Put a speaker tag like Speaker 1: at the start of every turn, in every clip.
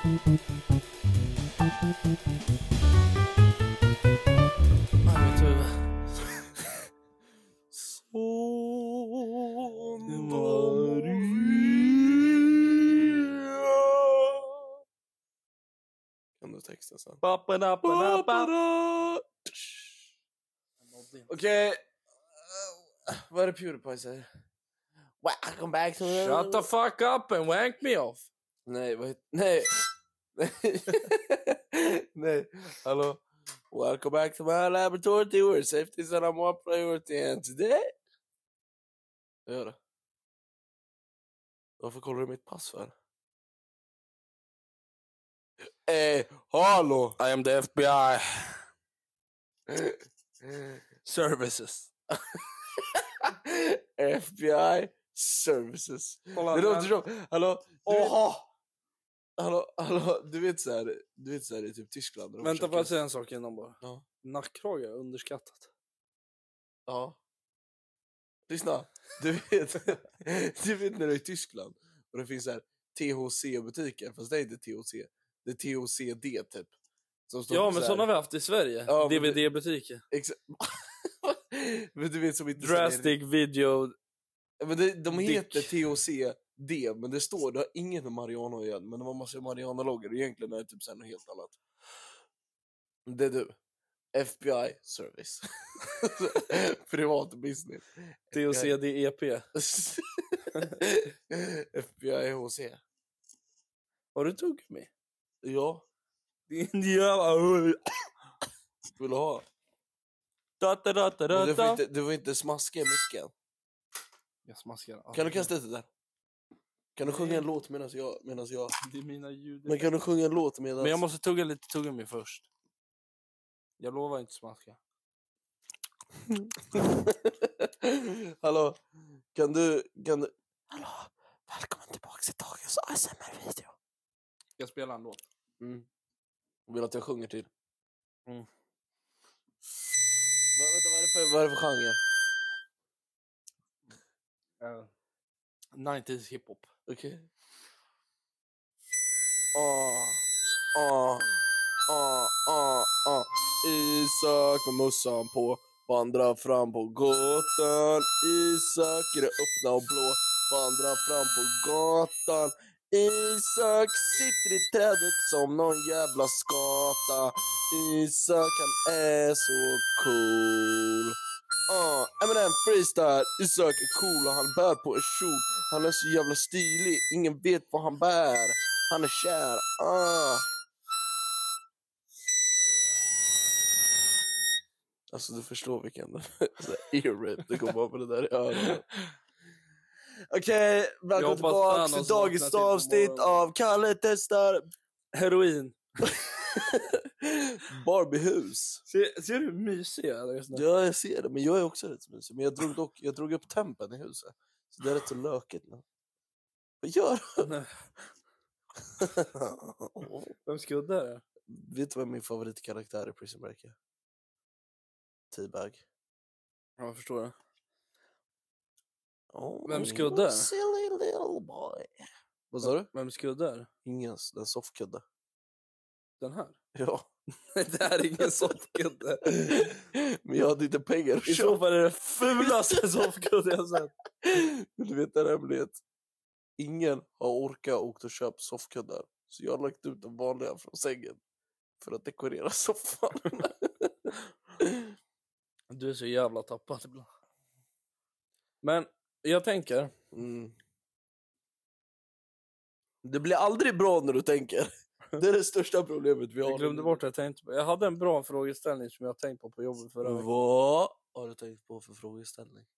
Speaker 1: Kan du texta sen? Okej. Vad är det PewDiePie säger? Welcome back to...
Speaker 2: Shut the fuck up and wank me off.
Speaker 1: Nej, vad heter... Nej. Nej. Hallå. Welcome back to my laboratory tour. Safety is a more priority and today. Jag gör det. Varför kollar du mitt pass för? Hallå!
Speaker 2: I am the FBI. Services.
Speaker 1: FBI Services.
Speaker 2: Kolla,
Speaker 1: det låter som... Hallå? Hallå, du vet så här i typ Tyskland.
Speaker 2: Vänta,
Speaker 1: försöker...
Speaker 2: får jag säga en sak innan bara?
Speaker 1: Ja.
Speaker 2: Nackkrage är underskattat.
Speaker 1: Ja. Lyssna. Du vet när du är i Tyskland och det finns så här THC-butiker, fast det är inte THC. Det är THCD typ.
Speaker 2: Ja, men sådana har vi haft i Sverige.
Speaker 1: Ja,
Speaker 2: DVD-butiker.
Speaker 1: Exakt. Men du vet som inte...
Speaker 2: Drastic video.
Speaker 1: Men de heter THCD, men det har inget med marijuana att göra, men det var massa marijuana-loggar och egentligen är det typ så här något helt annat. Det är du. FBI Service. Privat business.
Speaker 2: THCDEP.
Speaker 1: FBI HC.
Speaker 2: Har du tuggummi?
Speaker 1: Ja.
Speaker 2: Din jävla...
Speaker 1: Vill du ha? Du får inte smaska i micken.
Speaker 2: Jag smaskar.
Speaker 1: Kan du kasta ut det där? Kan du sjunga en låt medan jag...
Speaker 2: Det är mina ljud.
Speaker 1: Men kan du sjunga en låt medan...
Speaker 2: Men jag måste tugga lite tuggummi först. Jag lovar inte smaska.
Speaker 1: Hallå, kan du... Hallå, välkommen tillbaka till dagens ASMR-video.
Speaker 2: Jag spelar en låt.
Speaker 1: Vill att jag sjunger till?
Speaker 2: Mm.
Speaker 1: Vad är det för genre?
Speaker 2: 90s hiphop.
Speaker 1: Okej. Isak med mössan på, vandrar fram på gatan. Isak i det öppna och blå, vandrar fram på gatan. Isak sitter i trädet som någon jävla skata. Isak han är så cool. Eminem freestyle. Isak är cool och han bär på en kjol. Han är så jävla stilig, ingen vet vad han bär. Han är kär. Alltså du förstår vilken ear-rip det går bara på det där i öronen. Okej, välkommen tillbaka till dagens avsnitt av Kalle testar
Speaker 2: heroin.
Speaker 1: Barbiehus.
Speaker 2: Ser du hur mysig jag är just nu?
Speaker 1: Ja, jag ser det, men jag är också rätt mysig. Men jag drog upp tempen i huset. Så det är rätt så lökigt nu. Vad gör du?
Speaker 2: Vem skuddar det?
Speaker 1: Vet du vad min favoritkaraktär i Prison Break är? T-Bag.
Speaker 2: Ja, jag förstår det.
Speaker 1: Vem
Speaker 2: skuddar?
Speaker 1: Silly little boy. Vad sa du?
Speaker 2: Vem skuddar?
Speaker 1: Ingen, den soffkudde.
Speaker 2: Den här?
Speaker 1: Ja.
Speaker 2: Det här är ingen soffkudde.
Speaker 1: Men jag hade inte pengar.
Speaker 2: I så fall är det fulaste soffkudde jag sett.
Speaker 1: Men du vet en hemlighet. Ingen har orkat åkt och köpt soffkuddar. Så jag har lagt ut den vanliga från sängen. För att dekorera soffan.
Speaker 2: Du är så jävla tappad ibland. Men jag tänker.
Speaker 1: Det blir aldrig bra när du tänker. Det är det största problemet vi har.
Speaker 2: Jag glömde bort vad jag tänkte på. Jag hade en bra frågeställning som jag tänkt på jobbet förra veckan.
Speaker 1: Vad har du tänkt på för frågeställning?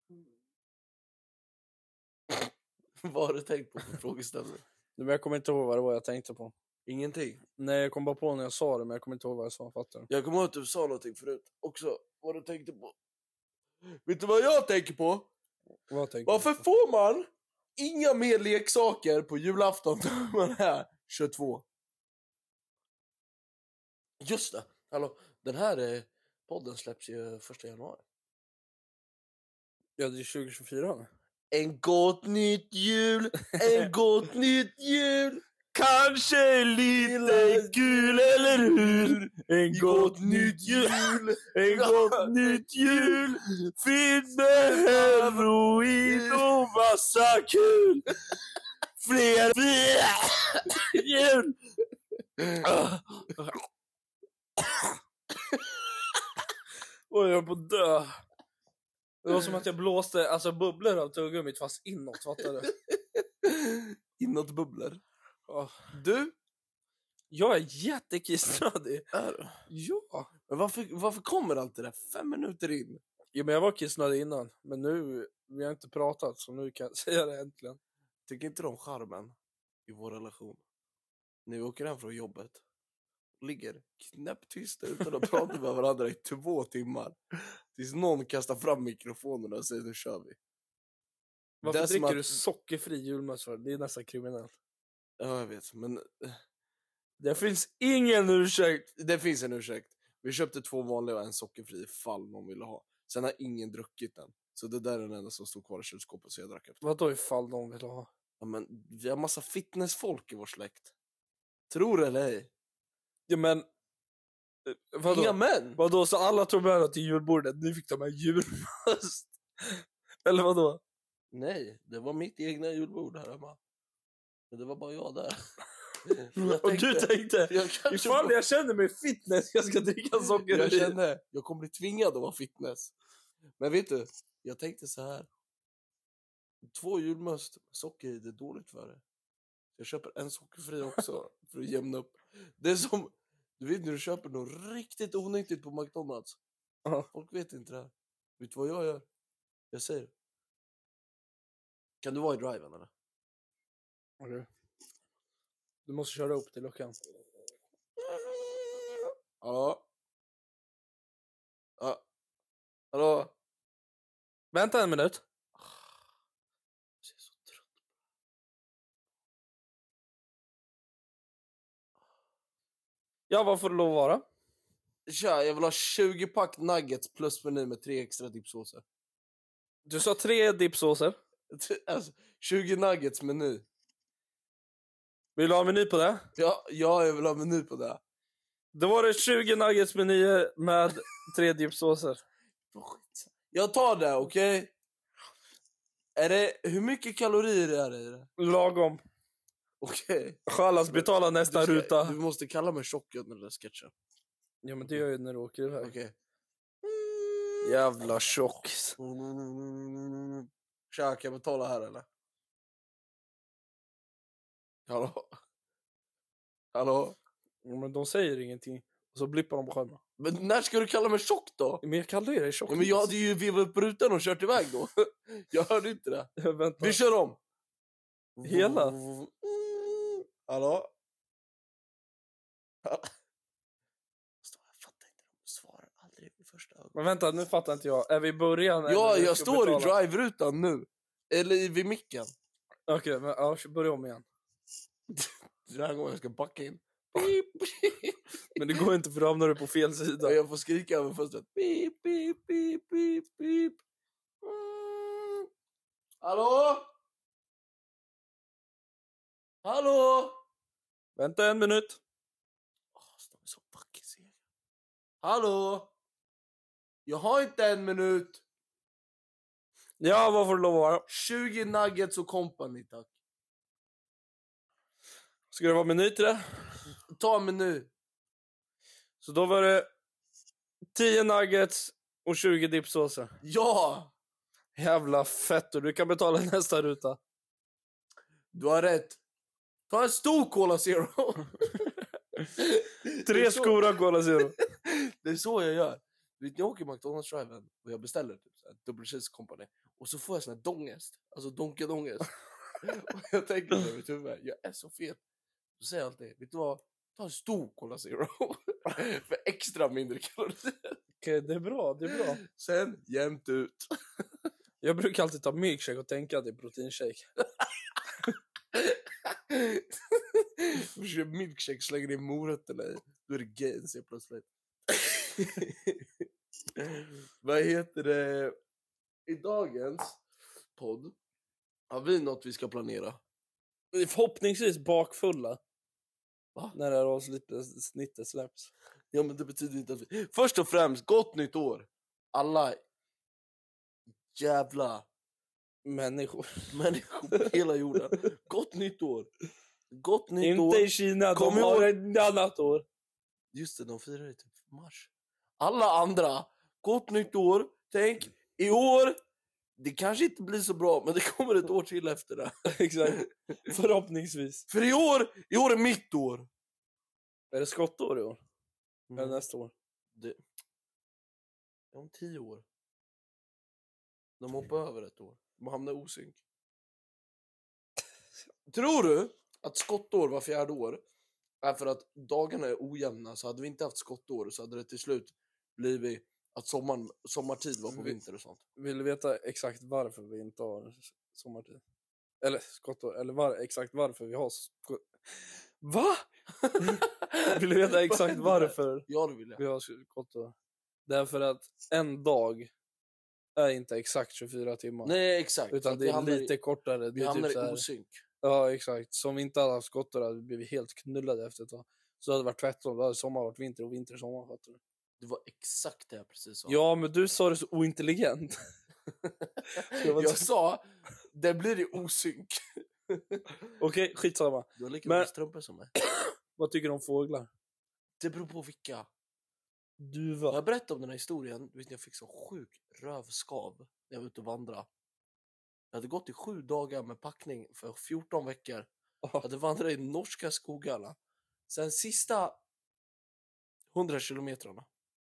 Speaker 1: Vad har du tänkt på för frågeställning?
Speaker 2: Men jag kommer inte ihåg vad det var jag tänkte på.
Speaker 1: Ingenting?
Speaker 2: Nej, jag kom bara på när jag sa det, men jag kommer inte ihåg vad jag sa. Fattar du?
Speaker 1: Jag kommer ihåg att du sa någonting förut. Också vad du tänkte på. Vet du vad jag tänker på? Varför får man inga mer leksaker på julafton när man är 22? Just det. Hallå, den här podden släpps ju 1 januari.
Speaker 2: Ja, det är 2024.
Speaker 1: En gott nytt jul! En gott nytt jul!
Speaker 2: Kanske lite kul, eller hur? En gott nytt jul, en gott nytt jul. Fint med heroin och massa kul. Fler jul. Oj, jag är på att dö. Det var som att jag blåste alltså bubblor av tuggummit fast inåt, fattar du?
Speaker 1: Inåt bubblor.
Speaker 2: Oh.
Speaker 1: Du?
Speaker 2: Jag är jättekissnödig.
Speaker 1: Är du?
Speaker 2: Ja.
Speaker 1: Men varför kommer allt det där 5 minuter in?
Speaker 2: Ja, men jag var kissnödig innan. Men nu, vi har inte pratat, så nu kan jag säga det äntligen.
Speaker 1: Tycker inte du om charmen i vår relation? När vi åker hem från jobbet. Ligger knäpptysta utan att prata med varandra i 2 timmar. Tills någon kastar fram mikrofonen och säger nu kör vi.
Speaker 2: Varför dricker du sockerfri julmust för? Det är nästan kriminellt.
Speaker 1: Ja, jag vet. Men
Speaker 2: det finns ingen ursäkt.
Speaker 1: det finns en ursäkt. Vi köpte 2 vanliga och en sockerfri ifall någon ville ha. Sen har ingen druckit den. Så det där är den enda som stod kvar i kylskåpet, så jag drack upp.
Speaker 2: Vadå ifall någon vill ha?
Speaker 1: Ja, men vi har massa fitnessfolk i vår släkt. Tror eller ej?
Speaker 2: Ja, men vadå?
Speaker 1: Inga män?
Speaker 2: Vadå, så alla tog med till julbordet? Ni fick ta med julmust? Eller vadå? Nej,
Speaker 1: det var mitt egna julbord här hemma. Men det var bara jag där.
Speaker 2: Och du tänkte, ifall jag känner mig fitness, jag ska dricka socker.
Speaker 1: Jag kände, jag kommer bli tvingad att vara fitness. Men vet du, jag tänkte så här. 2 julmust med socker i, det är dåligt för det. Jag köper en sockerfri också för att jämna upp. Det är som, du vet när du köper något riktigt onyttigt på McDonalds. Folk vet inte det här. Vet du vad jag gör? Jag säger. Kan du vara i driven eller?
Speaker 2: Okay. Du måste köra upp till luckan.
Speaker 1: Ja. Ja. Hallå?
Speaker 2: Vänta en minut.
Speaker 1: Jag ser så trött.
Speaker 2: Ja, vad får det lov att vara?
Speaker 1: Tja, jag vill ha 20 pack nuggets plus meny med 3 extra dipsåser.
Speaker 2: Du sa 3 dipsåser?
Speaker 1: Alltså, 20 nuggets meny.
Speaker 2: Vill du ha meny på det?
Speaker 1: Ja, jag vill ha meny på det.
Speaker 2: Då var det 20 nuggets menyer med 3 dipsåser.
Speaker 1: Jag tar det, okej? Okay? Är det, hur mycket kalorier är det i det?
Speaker 2: Lagom.
Speaker 1: Okej. Okay.
Speaker 2: Chalas, betala nästa ruta.
Speaker 1: Du måste kalla mig tjock under den där sketchen.
Speaker 2: Ja, men det gör jag när du åker iväg.
Speaker 1: Okej. Okay.
Speaker 2: Jävla tjockis.
Speaker 1: Tja, kan jag betala här eller? Hallå? Hallå?
Speaker 2: Ja, men de säger ingenting. Och så blippar de på skärmen.
Speaker 1: Men när ska du kalla mig tjock då?
Speaker 2: Men jag kallar dig tjock.
Speaker 1: Ja, men jag hade ju vevat på rutan och kört iväg då. Jag hörde inte det.
Speaker 2: Vänta.
Speaker 1: Vi kör om.
Speaker 2: Hela?
Speaker 1: Hallå? Jag fattar inte. De svarar aldrig i första ögonen.
Speaker 2: Men vänta, nu fattar inte jag. Är vi i början?
Speaker 1: Ja, jag står i drive-rutan nu. Eller vid micken.
Speaker 2: Okej, men ja, börja om igen.
Speaker 1: Den här gången jag ska backa in.
Speaker 2: Men det går inte för då hamnar du på fel sida.
Speaker 1: Jag får skrika över fönstret. Pip, pip, pip, pip, pip. Hallå? Hallå?
Speaker 2: Vänta en minut.
Speaker 1: De är så fucking sega. Hallå? Jag har inte en minut.
Speaker 2: Ja, vad får det lov att vara?
Speaker 1: 20 nuggets och company, tack.
Speaker 2: Ska det vara meny till det?
Speaker 1: Ta en meny.
Speaker 2: Så då var det 10 nuggets och 20 dipsåser.
Speaker 1: Ja!
Speaker 2: Jävla fett, och du kan betala nästa ruta.
Speaker 1: Du har rätt. Ta en stor Cola Zero.
Speaker 2: 3 skor Cola Zero.
Speaker 1: Det är så jag gör. Vet, jag åker McDonalds driven och jag beställer typ så här, double cheese company. Och så får jag sån här dångest. Alltså donkedångest. Och jag tänker på mitt huvud, jag är så fet. Så säger jag alltid, vet du vad? Ta en stor Cola Zero. För extra mindre kalorier.
Speaker 2: Okej, det är bra, det är bra.
Speaker 1: Sen, jämnt ut.
Speaker 2: Jag brukar alltid ta milkshake och tänka att det är proteinshake.
Speaker 1: Du kör milkshake, slänger in morötterna i. Då är det gains helt plötsligt. Vad heter det? I dagens podd har vi något vi ska planera.
Speaker 2: Förhoppningsvis bakfulla.
Speaker 1: Va?
Speaker 2: När det här avsnittet släpps.
Speaker 1: Ja, men det betyder inte att vi... Först och främst, gott nytt år. Alla jävla
Speaker 2: Människor
Speaker 1: på hela jorden. Gott nytt år. Gott nytt år.
Speaker 2: Inte i Kina,
Speaker 1: Kom
Speaker 2: de har
Speaker 1: ihåg-
Speaker 2: ett annat år.
Speaker 1: Just det, de firar i typ mars. Alla andra, gott nytt år. Tänk, i år, det kanske inte blir så bra, men det kommer ett år till efter det.
Speaker 2: Exakt. Förhoppningsvis.
Speaker 1: För i år är mitt år.
Speaker 2: Är det skottår i år? Eller nästa år?
Speaker 1: Det... Om 10 år. De hoppar över ett år. De hamnar osynk. Tror du att skottår var 4:e år är för att dagarna är ojämna? Så hade vi inte haft skottår så hade det till slut blivit att sommartid var på vinter och sånt.
Speaker 2: Vill du veta exakt varför vi inte har sommartid? Eller skottår? Eller exakt varför vi har Va? Vill du veta exakt varför
Speaker 1: Ja, det vill jag.
Speaker 2: vi har skottår? Därför att en dag är inte exakt 24 timmar.
Speaker 1: Nej, exakt.
Speaker 2: Utan det är lite kortare.
Speaker 1: Vi
Speaker 2: Det är
Speaker 1: hamnar
Speaker 2: typ så
Speaker 1: i
Speaker 2: här,
Speaker 1: osynk.
Speaker 2: ja, exakt. Som vi inte hade haft skottår hade vi blivit helt knullade efter ett tag. Så hade det varit tvärtom. Då hade sommar varit vinter och vinter sommar. Fattar du?
Speaker 1: Det var exakt det jag precis sa.
Speaker 2: Ja, men du sa det så ointelligent.
Speaker 1: Jag sa, det blir i osynk.
Speaker 2: Okej, skitsamma.
Speaker 1: Du har lika
Speaker 2: Men-
Speaker 1: mycket strumpor som mig.
Speaker 2: Vad tycker du om fåglar?
Speaker 1: Det beror på vilka.
Speaker 2: Duva.
Speaker 1: Jag berättade om den här historien. Du vet, jag fick så sjuk rövskav när jag var ute och vandrade. Jag hade gått i 7 dagar med packning för 14 veckor. Jag hade vandrat i norska skogarna. Sen sista 100 kilometrarna.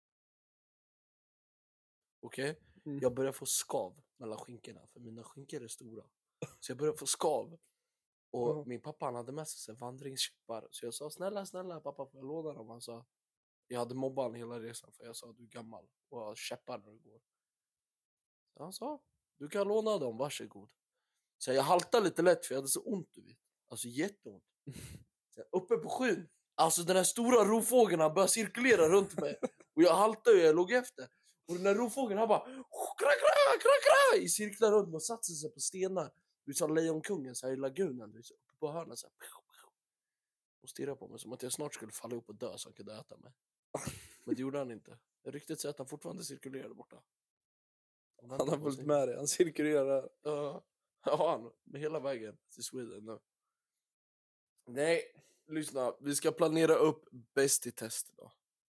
Speaker 1: Okej?
Speaker 2: Mm.
Speaker 1: Jag började få skav mellan skinkorna. För mina skinkor är stora. Så jag började få skav. Och
Speaker 2: Mm.
Speaker 1: min pappa han hade med sig vandringskäppar. Så jag sa, snälla pappa, får jag låna dem? Han sa, jag hade mobban hela resan. För jag sa, du är gammal och har käppar när du går. Så han sa, du kan låna dem, varsågod. Så jag haltade lite lätt för jag hade så ont, du vet. Alltså jätteont. Så uppe på skyn. Alltså den här stora rovfågeln började cirkulera runt mig. Och jag haltade och jag låg efter. Och den här rovfågeln han bara kra i cirklar runt mig och satte sig på stenar. Du sa lejonkungen så här i lagunen. Du uppe på hörnet så här. Och stirrade på mig som att jag snart skulle falla upp och dö så han kunde äta mig. Men det gjorde han inte. Ryktet säger att han fortfarande cirkulerade borta.
Speaker 2: Han har följt med dig. Han cirkulerar.
Speaker 1: Ja, han. Med hela vägen till Sweden nu. Nej, lyssna. Vi ska planera upp bäst i test idag.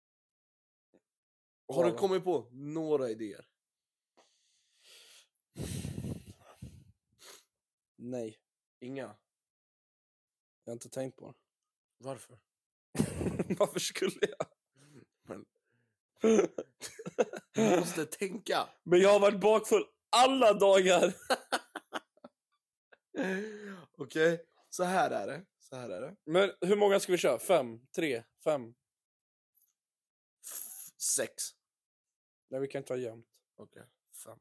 Speaker 1: Har du kommit på några idéer?
Speaker 2: Nej,
Speaker 1: Inga.
Speaker 2: jag har inte tänkt på det.
Speaker 1: Varför?
Speaker 2: Varför skulle jag?
Speaker 1: Men... Du måste tänka.
Speaker 2: Men jag har varit bakfull alla dagar.
Speaker 1: Okej, så här är det. Så här är det.
Speaker 2: Men hur många ska vi köra? 5? 3? 5?
Speaker 1: 6.
Speaker 2: Nej, vi kan ta jämnt.
Speaker 1: Okej, 5.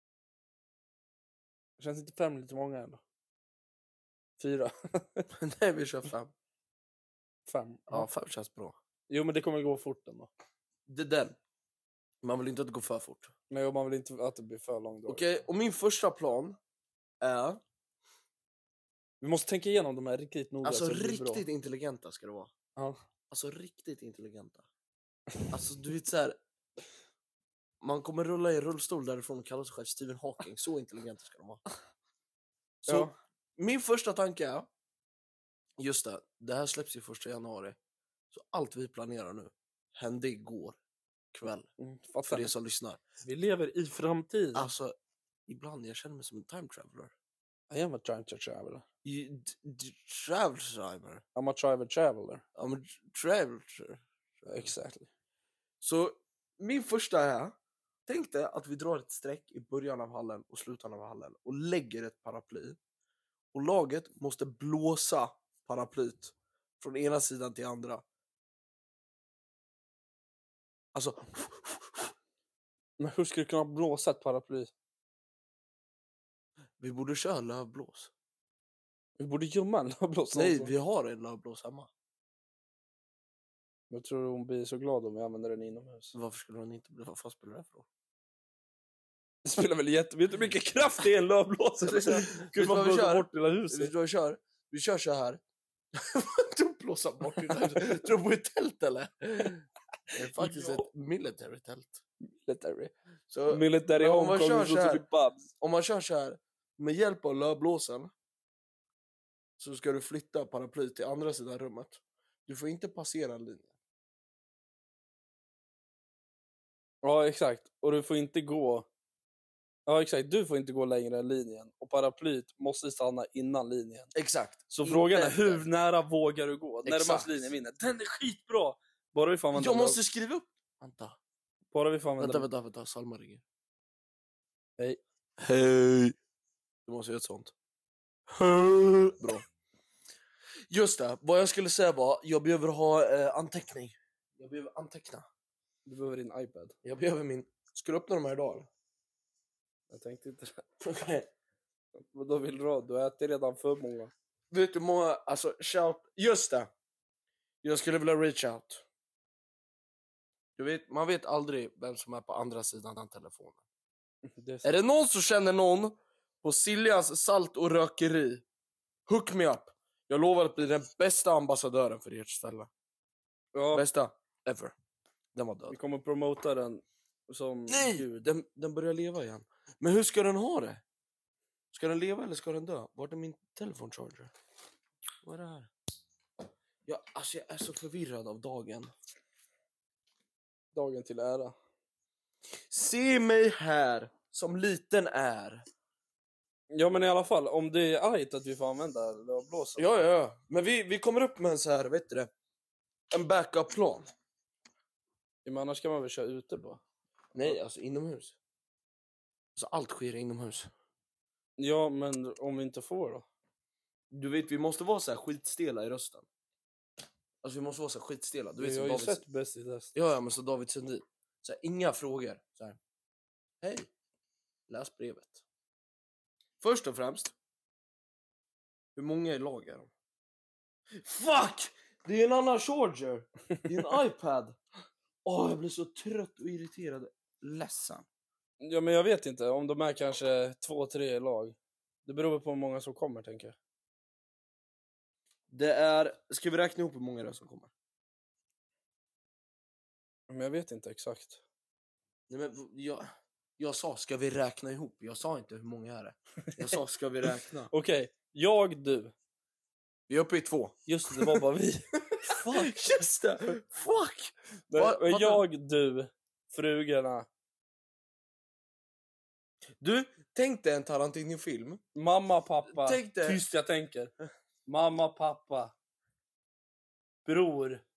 Speaker 2: Känns inte 5 lite många ändå? 4?
Speaker 1: Nej, vi kör 5.
Speaker 2: 5?
Speaker 1: Ja, 5 känns bra.
Speaker 2: Jo, men det kommer gå fort ändå.
Speaker 1: Det är den. Man vill inte att det går för fort.
Speaker 2: Nej, man vill inte att det blir för lång dag.
Speaker 1: Okej, och min första plan är...
Speaker 2: Vi måste tänka igenom de här riktigt noga.
Speaker 1: Alltså
Speaker 2: så det blir bra.
Speaker 1: riktigt intelligenta ska det vara.
Speaker 2: Ja.
Speaker 1: Alltså riktigt intelligenta. Alltså du vet så här. Man kommer rulla i rullstol därifrån och kalla sig själv Stephen Hawking. Så intelligenta ska de vara. Så
Speaker 2: Ja.
Speaker 1: min första tanke är. Just det här släpps ju 1 januari. Så allt vi planerar nu hände igår kväll. För
Speaker 2: Fattar
Speaker 1: er
Speaker 2: ni?
Speaker 1: som lyssnar.
Speaker 2: Vi lever i framtiden.
Speaker 1: Alltså ibland jag känner mig som en time traveler.
Speaker 2: I am a time traveler.
Speaker 1: Traveler.
Speaker 2: I'm a traveler.
Speaker 1: I'm a traveler.
Speaker 2: Exactly.
Speaker 1: Så min första är, tänk dig att vi drar ett streck i början av hallen och slutet av hallen och lägger ett paraply. Och laget måste blåsa paraplyt från ena sidan till andra. Alltså,
Speaker 2: Men hur ska du kunna blåsa ett paraply?
Speaker 1: vi borde köra lövblås.
Speaker 2: Vi borde gömma en lövblås.
Speaker 1: Nej, vi har en lövblås hemma.
Speaker 2: Jag tror hon blir så glad om vi använder den inomhus.
Speaker 1: Så varför skulle hon inte bli fast på det här för då?
Speaker 2: Det spelar väl jättemycket. Vet du hur mycket kraft det är en lövblås?
Speaker 1: Vet du
Speaker 2: Gud,
Speaker 1: vad
Speaker 2: man
Speaker 1: vi
Speaker 2: blåser
Speaker 1: kör?
Speaker 2: bort hela
Speaker 1: Vet
Speaker 2: huset.
Speaker 1: du vad jag kör? Vi kör så här. Du blåser bort det där. Tror du på ett tält eller? Det är faktiskt
Speaker 2: Ja.
Speaker 1: ett military tält.
Speaker 2: Military.
Speaker 1: Så,
Speaker 2: Military
Speaker 1: men om
Speaker 2: Hong
Speaker 1: man
Speaker 2: Kong
Speaker 1: kör
Speaker 2: och
Speaker 1: så
Speaker 2: så
Speaker 1: här-
Speaker 2: blir Babs.
Speaker 1: om man kör så här. Med hjälp av lövblåsen. Så ska du flytta paraplyt till andra sidan rummet. Du får inte passera linjen.
Speaker 2: Ja, exakt. Och du får inte gå... Ja, exakt. Du får inte gå längre än linjen. Och paraplyt måste stanna innan linjen.
Speaker 1: Exakt.
Speaker 2: Så
Speaker 1: Inte
Speaker 2: frågan är,
Speaker 1: efter.
Speaker 2: hur nära vågar du gå? Närmast
Speaker 1: Exakt.
Speaker 2: linjen vinner. Den är skitbra! Bara vi får använda
Speaker 1: Jag måste skriva upp. Vänta.
Speaker 2: Bara vi får använda
Speaker 1: Vänta. Salma ringer.
Speaker 2: Hej.
Speaker 1: Hej. Du måste göra ett sånt. Bra. Just det. Vad jag skulle säga var, jag behöver ha anteckning. Jag behöver anteckna.
Speaker 2: Du behöver din iPad.
Speaker 1: Jag behöver min... Ska du öppna de här idag eller?
Speaker 2: Jag tänkte inte det.
Speaker 1: Okej.
Speaker 2: Men då vill du ha? Du äter redan för många.
Speaker 1: Vet du hur många... Alltså, shout... Just det. Jag skulle vilja reach out. Du vet, man vet aldrig vem som är på andra sidan den telefonen.
Speaker 2: Det
Speaker 1: Är det någon som känner någon på Siljans salt och rökeri? Hook me up. Jag lovar att bli den bästa ambassadören för ert ställe.
Speaker 2: Ja,
Speaker 1: Bästa ever. Den var
Speaker 2: vi
Speaker 1: död.
Speaker 2: kommer promota den som
Speaker 1: Nej,
Speaker 2: gud.
Speaker 1: den börjar leva igen. Men hur ska den ha det? Ska den leva eller ska den dö? Vart är min telefoncharger? Vad är det här? Alltså jag är så förvirrad av dagen.
Speaker 2: Dagen till ära.
Speaker 1: Se mig här, som liten är.
Speaker 2: Ja, men i alla fall, om det är argt att vi får använda lövblåsen.
Speaker 1: Ja. Men vi kommer upp med en så här, vet du det? En backup-plan.
Speaker 2: Men annars kan man väl köra ute på.
Speaker 1: Nej, alltså inomhus. Alltså allt sker inomhus.
Speaker 2: Ja, men om vi inte får då?
Speaker 1: Du vet, vi måste vara så här skitstela i rösten. Alltså vi måste vara så här skitstela. Du vet,
Speaker 2: Jag
Speaker 1: som
Speaker 2: har ju
Speaker 1: David...
Speaker 2: sett Bäst i test.
Speaker 1: Ja, men så David Sundin. Så här, inga frågor. Så här. Hej, läs brevet. Först och främst. Hur många i lag är de? Fuck! Det är en annan charger. Det är en iPad. Jag blir så trött och irriterad. Ledsen.
Speaker 2: Ja, men jag vet inte. Om de är kanske 2-3 i lag. Det beror på hur många som kommer, tänker jag.
Speaker 1: Det är... Ska vi räkna ihop hur många det är som kommer?
Speaker 2: Men jag vet inte exakt.
Speaker 1: Nej, men jag sa, ska vi räkna ihop? Jag sa inte hur många är det. Jag sa, ska vi räkna?
Speaker 2: Okej, du.
Speaker 1: Vi är uppe i 2.
Speaker 2: Just det, det var bara vi.
Speaker 1: Fuck, just det. Fuck.
Speaker 2: Men du, frugorna.
Speaker 1: Du, tänk dig en Tarantino-film.
Speaker 2: Mamma, pappa.
Speaker 1: Tänk dig.
Speaker 2: Tyst, jag tänker. Mamma, pappa. Bror.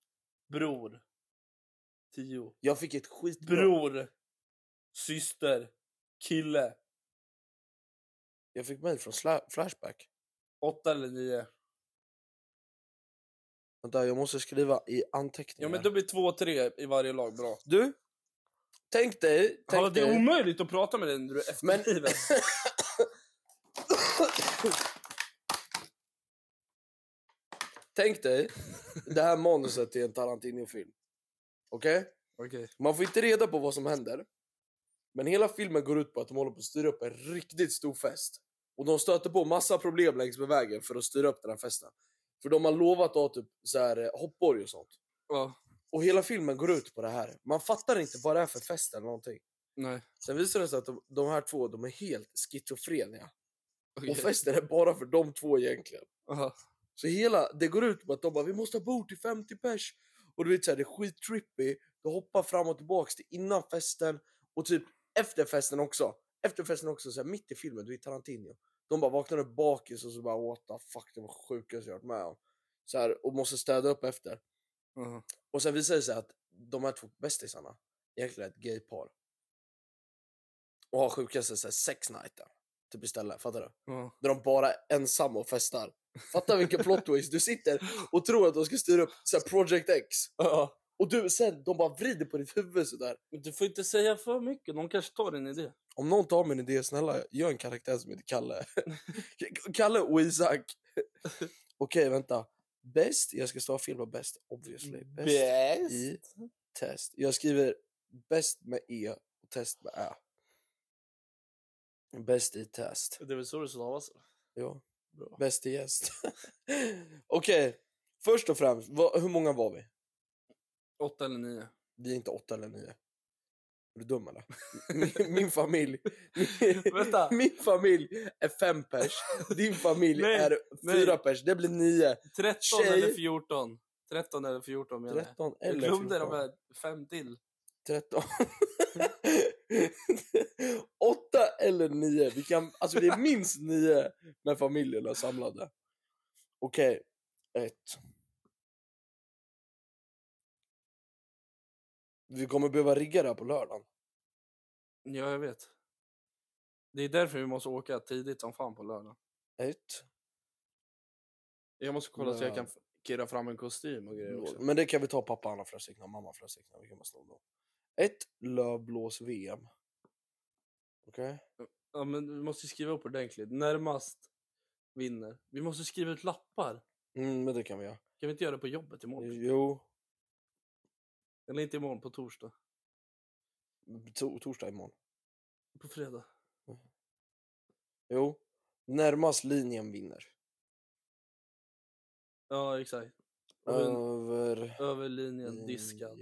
Speaker 2: 10.
Speaker 1: Jag fick ett skitbra...
Speaker 2: Bror. Syster. Kille.
Speaker 1: Jag fick mail från Flashback.
Speaker 2: 8 eller 9.
Speaker 1: Vänta, jag måste skriva i
Speaker 2: Ja,
Speaker 1: anteckningar.
Speaker 2: men det blir 2-3 i varje lag, bra.
Speaker 1: Du, tänk dig...
Speaker 2: Hallå, det är omöjligt att prata med dig när du är efterbliven.
Speaker 1: Tänk dig det här manuset till en Tarantino-film. Okej?
Speaker 2: Okej.
Speaker 1: Man får inte reda på vad som händer. Men hela filmen går ut på att de håller på att styra upp en riktigt stor fest. Och de stöter på massa problem längs med vägen för att styra upp den här festen. För de har lovat att ha typ så här hoppborg och sånt.
Speaker 2: Ja.
Speaker 1: Och hela filmen går ut på det här. Man fattar inte vad det är för fest eller någonting.
Speaker 2: Nej.
Speaker 1: Sen visar det sig att de här två, de är helt schizofreniga.
Speaker 2: Okej.
Speaker 1: Och festen är bara för de två egentligen.
Speaker 2: Aha.
Speaker 1: Så det går ut på att de bara, vi måste ha bord till 50 pers. Och du vet såhär, det är skittrippy. De hoppar fram och tillbaks till innan festen. Och typ efter festen också. Efter festen också, så här, mitt i filmen, du är Tarantino. De bara vaknar upp bakis och så bara, what the fuck, det var sjukaste jag varit med om. Så här, och måste städa upp efter.
Speaker 2: Aha.
Speaker 1: Och sen visar det sig att de här två bästisarna egentligen är ett gaypar. Och har sjukaste så här, sex-nighten. Typ istället, fattar du?
Speaker 2: Ja.
Speaker 1: Där de bara är ensamma och festar. Fattar vilken plot twist. Du sitter och tror att de ska styra upp så här, Project X.
Speaker 2: Ja.
Speaker 1: Och du sen, de bara vrider på ditt huvud sådär.
Speaker 2: Men du får inte säga för mycket, de kanske tar din idé.
Speaker 1: Om någon tar min idé, snälla, gör en karaktär som heter Kalle. Kalle och Isak. Okej, vänta. Bäst, jag ska stava fel på bäst, obviously. Bäst i test. Jag skriver bäst med E och test med Ä. Bäst i test.
Speaker 2: Det är väl så det stavas.
Speaker 1: Ja,
Speaker 2: Bra.
Speaker 1: Bäste gäst. Okej, först och främst, hur många var vi?
Speaker 2: 8 eller 9.
Speaker 1: Vi är inte 8 eller 9. Är du dum eller? Min familj.
Speaker 2: Vänta.
Speaker 1: Min familj är 5 pers. Din familj
Speaker 2: Nej,
Speaker 1: är 4
Speaker 2: nej.
Speaker 1: pers. Det blir 9.
Speaker 2: 13
Speaker 1: Tjej.
Speaker 2: eller 14. 13 eller 14 menar jag.
Speaker 1: 13
Speaker 2: Jag
Speaker 1: eller
Speaker 2: glömde
Speaker 1: 14.
Speaker 2: de här 5 till.
Speaker 1: 13. 8 eller 9. Vi kan, alltså det är minst 9 med familjerna samlade. Okej. 1. Vi kommer behöva rigga det här på lördagen.
Speaker 2: Ja, jag vet. Det är därför vi måste åka tidigt som fan på lördag.
Speaker 1: 1.
Speaker 2: Jag måste kolla så jag kan kirra fram en kostym och grejer också.
Speaker 1: Men det kan vi ta pappa alla flera stycken och mamma flera stycken. Vi kan bara slå dem. 1. Lövblås-VM. Okej?
Speaker 2: Ja, men vi måste skriva upp ordentligt. Närmast vinner. Vi måste skriva ut lappar.
Speaker 1: Men det kan vi göra.
Speaker 2: Kan vi inte göra det på jobbet imorgon?
Speaker 1: Jo.
Speaker 2: Eller inte imorgon, på torsdag.
Speaker 1: Torsdag imorgon.
Speaker 2: På fredag.
Speaker 1: Jo. Närmast linjen vinner.
Speaker 2: Ja, exakt. Över linjen diskad.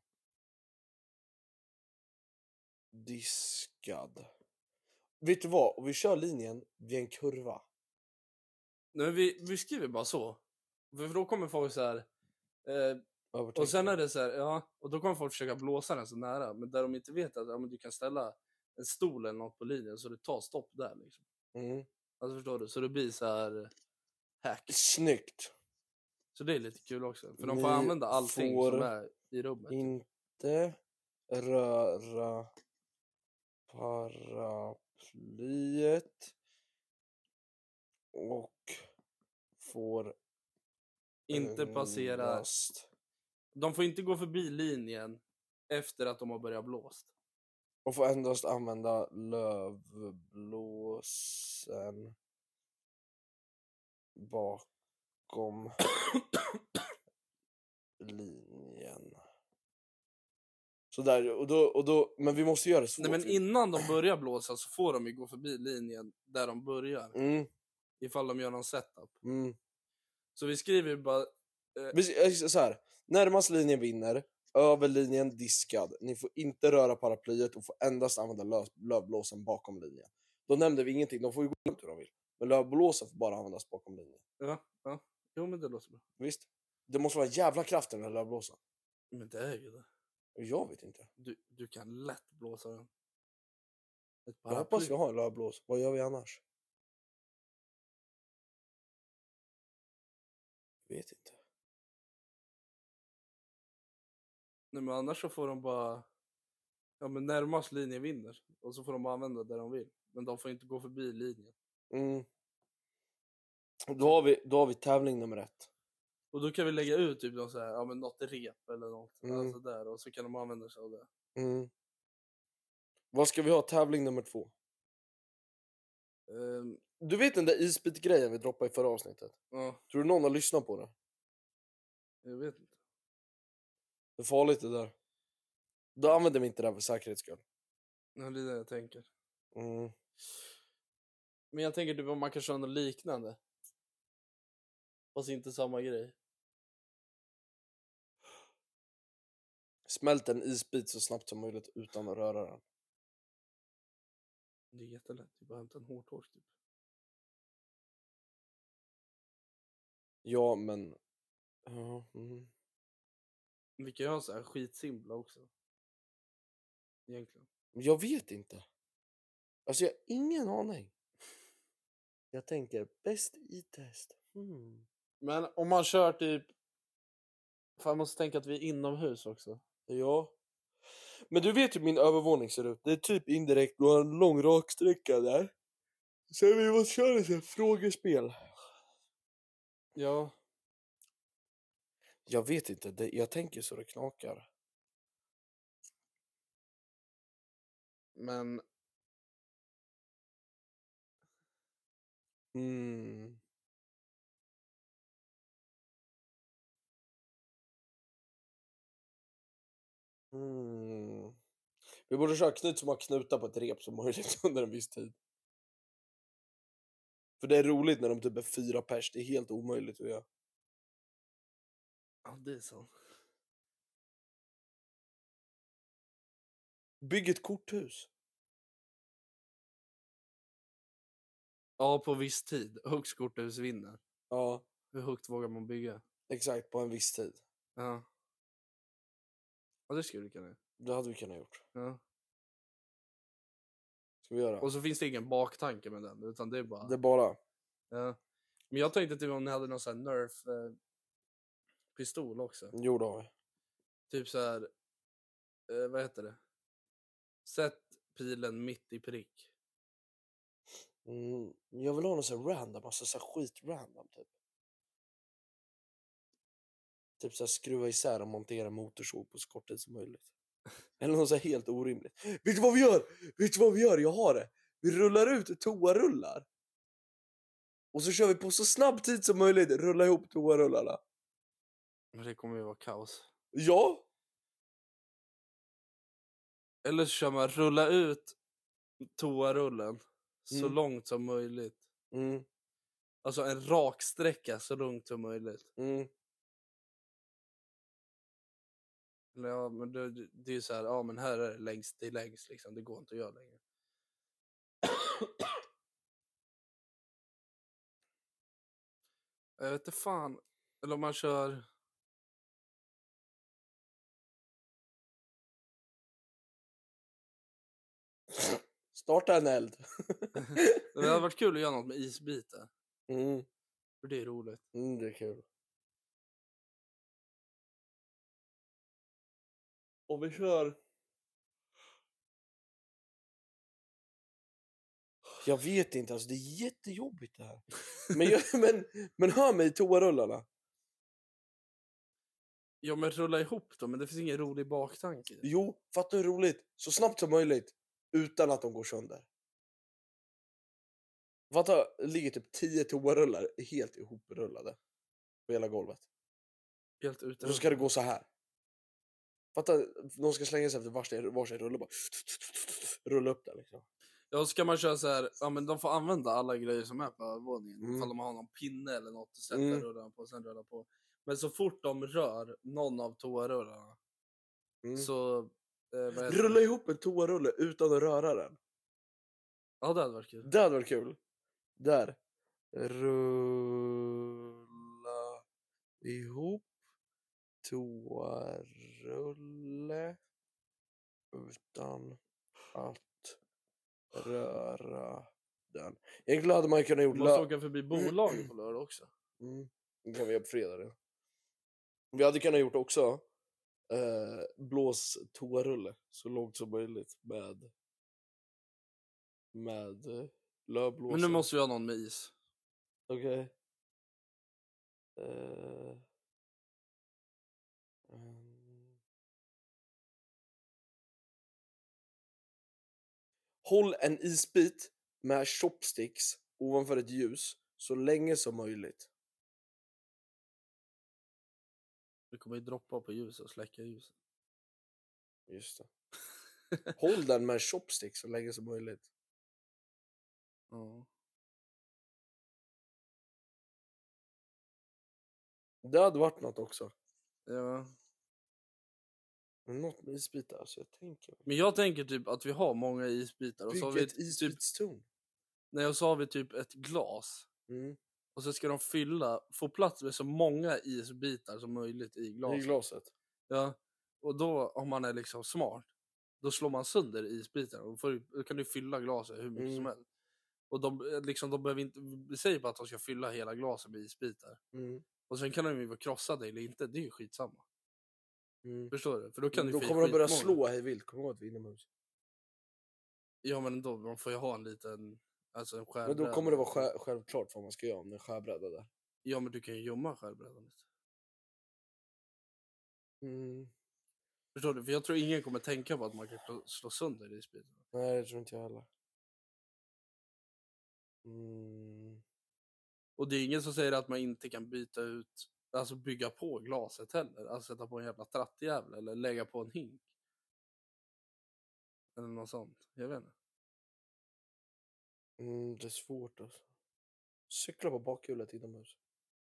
Speaker 1: Diskad. Vet du vad? Om vi kör linjen vid en kurva.
Speaker 2: Nej, vi skriver bara så. För då kommer folk så här.
Speaker 1: Övertänker.
Speaker 2: Och sen är det så här, ja. Och då kommer folk försöka blåsa den så nära. Men där de inte vet att men du kan ställa en stol eller något på linjen så det tar stopp där liksom. Alltså förstår du? Så det blir så här hack.
Speaker 1: Snyggt.
Speaker 2: Så det är lite kul också. För de får använda allting som är i rummet.
Speaker 1: Inte röra paraplyet och får
Speaker 2: Inte passera.
Speaker 1: endast.
Speaker 2: De får inte gå förbi linjen efter att de har börjat blåst.
Speaker 1: Och får endast använda lövblåsen bakom linjen. Så där, och då, men vi måste göra det så.
Speaker 2: Nej, men innan de börjar blåsa så får de ju gå förbi linjen där de börjar. Ifall de gör någon setup. Så vi skriver ju bara.
Speaker 1: Så här, närmast linjen vinner, över linjen diskad. Ni får inte röra paraplyet och får endast använda lövblåsen bakom linjen. Då nämnde vi ingenting, de får ju gå ut hur de vill. Men lövblåsen får bara användas bakom linjen.
Speaker 2: Ja. Jo, men det låter bra.
Speaker 1: Visst? Det måste vara jävla kraft i den här lövblåsen.
Speaker 2: Men det är ju det.
Speaker 1: Jag vet inte.
Speaker 2: Du kan lätt blåsa den.
Speaker 1: Jag hoppas vi har en lövblås. Vad gör vi annars? Vet inte.
Speaker 2: Nej, men annars så får de bara. Ja, men närmast linjen vinner. Och så får de bara använda där de vill. Men de får inte gå förbi linjen.
Speaker 1: Då har vi tävling nummer 1.
Speaker 2: Och då kan vi lägga ut typ något så här, ja men något rep eller något. Alltså där, och så kan de använda sig av det.
Speaker 1: Vad ska vi ha tävling nummer 2? Du vet den där isbit-grejen vi droppade i förra avsnittet?
Speaker 2: Ja.
Speaker 1: Tror du någon har lyssnat på det?
Speaker 2: Jag vet inte.
Speaker 1: Det är farligt det där. Då använder vi inte det här för säkerhets skull.
Speaker 2: Ja, det är det jag tänker. Men jag tänker typ om man kan köra något liknande. Fast inte samma grej.
Speaker 1: Smält en isbit så snabbt som möjligt utan att röra den.
Speaker 2: Det är jättelätt. Det är bara hämta en hårtorsk typ.
Speaker 1: Ja, men...
Speaker 2: Vi kan ju ha så här skitsimpla också. Egentligen.
Speaker 1: Jag vet inte. Alltså jag har ingen aning. Jag tänker bäst i test.
Speaker 2: Men om man kör typ. Fan, jag måste tänka att vi är inomhus också.
Speaker 1: Ja. Men du vet hur min övervåning ser ut. Det är typ indirekt. Du har en lång raksträcka där. Sen vi måste köra ett frågespel.
Speaker 2: Ja.
Speaker 1: Jag vet inte. Jag tänker så det knakar.
Speaker 2: Men.
Speaker 1: Vi borde köra knut som har knutar på ett rep som möjligt under en viss tid. För det är roligt när de typ är 4 pers. Det är helt omöjligt att göra.
Speaker 2: Ja, det är så.
Speaker 1: Bygg ett korthus.
Speaker 2: Ja, på viss tid. Högst korthus vinner.
Speaker 1: Ja,
Speaker 2: Hur högt vågar man bygga?
Speaker 1: exakt. På en viss tid.
Speaker 2: Ja. Ja, det skulle vi kunna göra.
Speaker 1: Det hade vi kunnat gjort.
Speaker 2: Ja.
Speaker 1: Ska vi göra?
Speaker 2: Och så finns det ingen baktanke med den, utan det är bara...
Speaker 1: Det är bara...
Speaker 2: Ja. Men jag tänkte typ om ni hade någon sån här Nerf-pistol också.
Speaker 1: Jo, det har vi.
Speaker 2: Typ så här... vad heter det? Sätt pilen mitt i prick.
Speaker 1: Jag vill ha någon sån här random, alltså så här skit random typ. Typ så här skruva isär och montera motorsåg på så kort tid som möjligt. Eller något så här helt orimligt. Vet du vad vi gör? Vet du vad vi gör? Jag har det. Vi rullar ut toarullar. Och så kör vi på så snabb tid som möjligt. Rulla ihop toarullarna.
Speaker 2: Men det kommer ju vara kaos.
Speaker 1: Ja.
Speaker 2: Eller så kör man rulla ut toarullen så långt som möjligt. Alltså en rak sträcka så långt som möjligt. Eller ja, men det är ju så här, ja men här är det längst till längst liksom. Det går inte att göra längre. Jag vet inte fan. Eller om man kör...
Speaker 1: Starta en eld.
Speaker 2: Det hade varit kul att göra något med isbitar. För det är roligt.
Speaker 1: Det är kul. Och vi kör... Jag vet inte, alltså det är jättejobbigt det här. Men hör mig i toarullarna.
Speaker 2: Ja, men rulla ihop dem, men det finns ingen rolig baktanke.
Speaker 1: Jo, fattar hur roligt. Så snabbt som möjligt. Utan att de går sönder. Fatta, ligger typ 10 toarullar helt ihoprullade. På hela golvet.
Speaker 2: Helt utan.
Speaker 1: Och så ska det gå så här. Fatta, de ska slänga sig efter varsin rulle. Bara rulla upp där liksom.
Speaker 2: Ja, så ska man köra så här, ja men de får använda alla grejer som är på övervåningen. Ifall de har någon pinne eller något att sätta rullarna på och sen rulla på. Men så fort de rör någon av toarullarna så...
Speaker 1: rulla ihop en toarulle utan att röra den.
Speaker 2: Ja, det hade varit kul.
Speaker 1: Det hade varit kul. Där. Rulla ihop toarulle utan att röra den. Egentligen hade man kunnat gjort...
Speaker 2: Du måste åka förbi bolaget på lördag också.
Speaker 1: Det kan vi göra på fredag. Ja. Vi hade kunnat gjort också blås toarulle så långt som möjligt med lövblåsare.
Speaker 2: Men nu måste vi ha någon med is.
Speaker 1: Okej. Håll en isbit med chopsticks ovanför ett ljus så länge som möjligt.
Speaker 2: Det kommer ju droppa på ljuset och släcka ljuset.
Speaker 1: Just det. Håll den med chopsticks så länge som möjligt.
Speaker 2: Ja.
Speaker 1: Det hade varit något också.
Speaker 2: Ja.
Speaker 1: Men något med isbitar, alltså jag tänker.
Speaker 2: Men jag tänker typ att vi har många isbitar. Och så har vi
Speaker 1: ett isbitstorn.
Speaker 2: Nej, och så har vi typ ett glas. Och så ska de få plats med så många isbitar som möjligt i glaset.
Speaker 1: I glaset.
Speaker 2: Ja. Och då, om man är liksom smart, då slår man sönder isbitarna. Och då kan du fylla glaset hur mycket som helst. Och de behöver inte... Vi säger bara att de ska fylla hela glaset med isbitar. Och sen kan de ju vara krossade eller inte. Det är ju skitsamma. Förstår du? För då kan
Speaker 1: då kommer de börja slå hej vilt. Kommer att vinna mus.
Speaker 2: Ja, men då man får ju ha en liten... Alltså en skärbräda.
Speaker 1: Men då kommer det vara självklart vad man ska göra om det är skärbräda där.
Speaker 2: Ja, men du kan ju gömma skärbrädan lite. Förstår du? För jag tror ingen kommer tänka på att man kan slå sönder isbitarna.
Speaker 1: Nej, det tror inte jag heller.
Speaker 2: Och det är ingen som säger att man inte kan byta ut, alltså bygga på glaset heller. Alltså sätta på en jävla trattjävel eller lägga på en hink. Eller något sånt. Jag vet inte.
Speaker 1: Det är svårt alltså. Cykla på bakhjulet inomhus.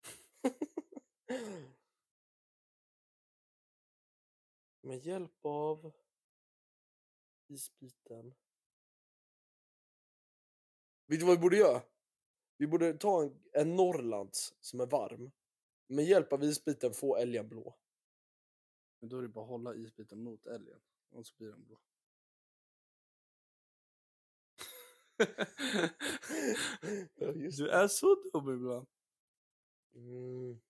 Speaker 1: Med hjälp av isbiten. Vet du vad vi borde göra? Vi borde ta en Norrlands som är varm. Med hjälp av isbiten få älgen blå.
Speaker 2: Men då är det bara att hålla isbiten mot älgen. Och så blir den blå.
Speaker 1: Ja, just
Speaker 2: Du är så dum ibland.
Speaker 1: Mm.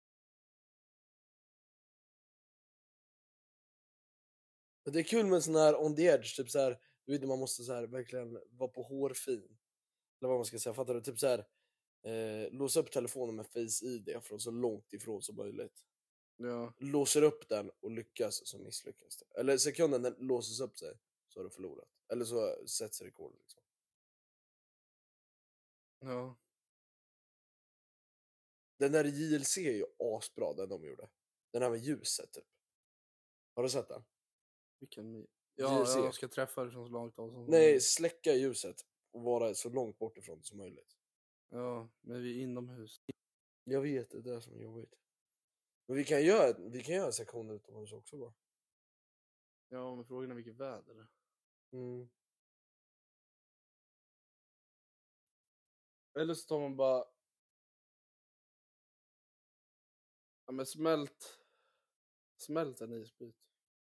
Speaker 1: Det är kul med sån här on the edge, typ så här, du vet, man måste så här verkligen vara på hårfin. Eller vad man ska säga, fattar du? Typ så här, låsa upp telefonen med Face ID från så långt ifrån som möjligt.
Speaker 2: Ja.
Speaker 1: Låser upp den och lyckas, så misslyckas det. Eller sekunden den låses upp sig, så har du förlorat. Eller så sätts rekord liksom.
Speaker 2: Ja.
Speaker 1: Den där JLC är ju asbra, den de gjorde. Den här med ljuset typ. Har du sett den?
Speaker 2: Vilken... Ja,
Speaker 1: JLC.
Speaker 2: jag ska träffa det från så långt avstånd.
Speaker 1: Nej, släcka ljuset och vara så långt bort ifrån som möjligt.
Speaker 2: Ja, men vi är inomhus.
Speaker 1: Jag vet, det är det som är jobbigt. Men vi kan göra en sektion utomhus också bara.
Speaker 2: Ja, men frågan är vilket väder.
Speaker 1: Mm.
Speaker 2: Eller så tar man bara... Ja, men smält en isbit.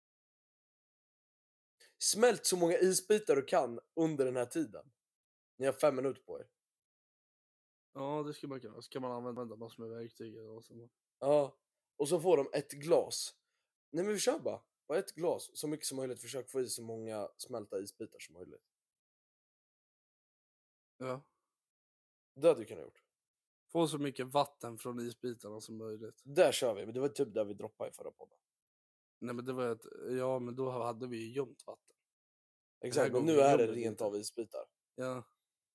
Speaker 1: Smält så många isbitar du kan under den här tiden. Ni har 5 minuter på er.
Speaker 2: Ja, det ska man kunna. Så kan man använda massor med verktyg. Och så.
Speaker 1: Ja, och så får de ett glas. Nej, men vi kör bara ett glas. Så mycket som möjligt. Försök få i så många smälta isbitar som möjligt.
Speaker 2: Ja.
Speaker 1: Det hade du kunnat gjort.
Speaker 2: Få så mycket vatten från isbitarna som möjligt.
Speaker 1: Där kör vi. Men det var typ där vi droppade i förra podden.
Speaker 2: Nej, men det var ett... Ja, men då hade vi ju gömt vatten.
Speaker 1: Exakt, men
Speaker 2: gången
Speaker 1: nu är det
Speaker 2: gömmer vi
Speaker 1: rent
Speaker 2: inte.
Speaker 1: av isbitar.
Speaker 2: Ja.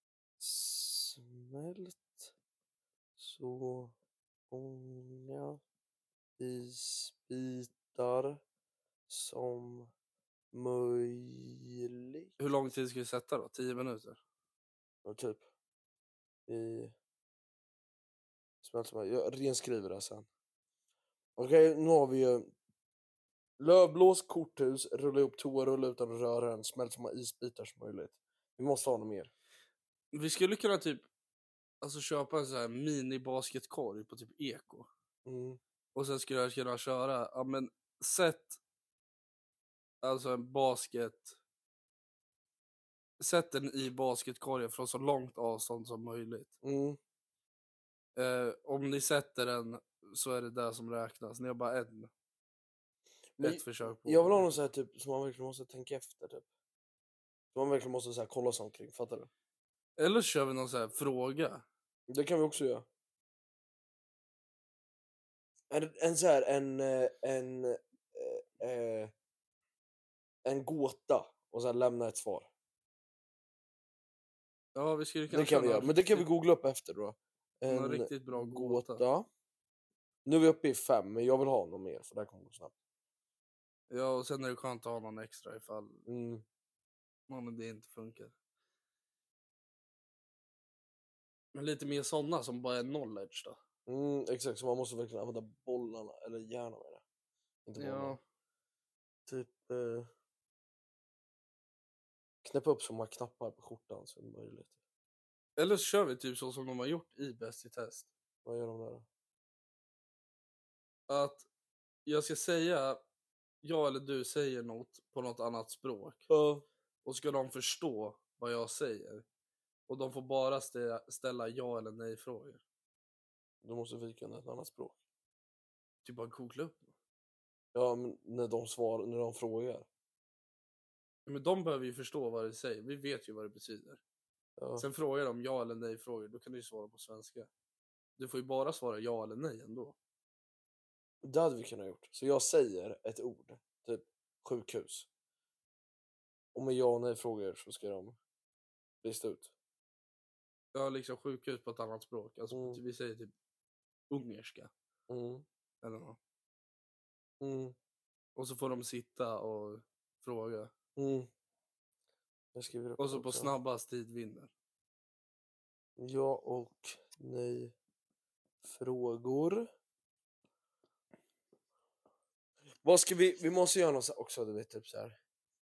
Speaker 1: Smält så många isbitar som möjligt.
Speaker 2: Hur lång tid ska vi sätta då? 10 minuter?
Speaker 1: Ja, typ. Smält som jag renskriver det sen. Okej, nu har vi ju lövblås, korthus, rulla ihop toarulle utan att röra den, smält så många isbitar som möjligt. Vi måste ha något mer.
Speaker 2: Vi skulle kunna typ alltså köpa en sån här mini-basketkorg på typ Eko.
Speaker 1: Mm.
Speaker 2: Och sen skulle jag kunna köra, ja men sätt alltså en basket. Sätt den i basketkorgen från så långt avstånd som möjligt.
Speaker 1: Mm.
Speaker 2: Om ni sätter den så är det där som räknas. Ni har bara ett försök på.
Speaker 1: Jag vill ha något så här typ som man verkligen måste tänka efter typ. Som man verkligen måste så här kolla sig omkring, fattar du?
Speaker 2: Eller så kör vi någon så här fråga.
Speaker 1: Det kan vi också göra. En så här en gåta och sen lämna ett svar.
Speaker 2: Ja, vi skulle kunna
Speaker 1: Det kan vi göra, men det kan vi googla upp efter då.
Speaker 2: En riktigt bra gåta.
Speaker 1: Nu är vi uppe i 5, men jag vill ha något mer för det här kommer gå snabbt.
Speaker 2: Ja, och sen är det skönt att ha någon extra ifall det inte funkar. Men lite mer sådana som bara är knowledge då.
Speaker 1: Exakt, så man måste verkligen använda bollarna, eller hjärnan med det. Inte bollarna.
Speaker 2: Ja.
Speaker 1: Typ knäppa upp så många knappar på skjortan så är det möjligt.
Speaker 2: Eller så kör vi typ så som de har gjort i Bäst i test.
Speaker 1: Vad gör de där då?
Speaker 2: Att jag ska säga, jag eller du säger något på något annat språk. Och ska de förstå vad jag säger. Och de får bara ställa ja eller nej frågor.
Speaker 1: Då måste vi kunna ett annat språk.
Speaker 2: Typ bara googla upp.
Speaker 1: Ja, men när de frågar.
Speaker 2: Men de behöver ju förstå vad det säger. Vi vet ju vad det betyder.
Speaker 1: Ja.
Speaker 2: Sen frågar de ja eller nej frågor. Då kan du ju svara på svenska. Du får ju bara svara ja eller nej ändå.
Speaker 1: Det hade vi kunnat gjort. Så jag säger ett ord. Typ sjukhus. Och med ja och nej frågor så ska de lista ut.
Speaker 2: Ja, liksom sjukhus på ett annat språk. Alltså vi säger typ ungerska. Eller något. Och så får de sitta och fråga.
Speaker 1: Jag skriver upp
Speaker 2: Och så
Speaker 1: det
Speaker 2: på
Speaker 1: också.
Speaker 2: snabbast tid vinner.
Speaker 1: Ja och nej frågor. Vad ska vi måste göra något också, du vet, typ så här.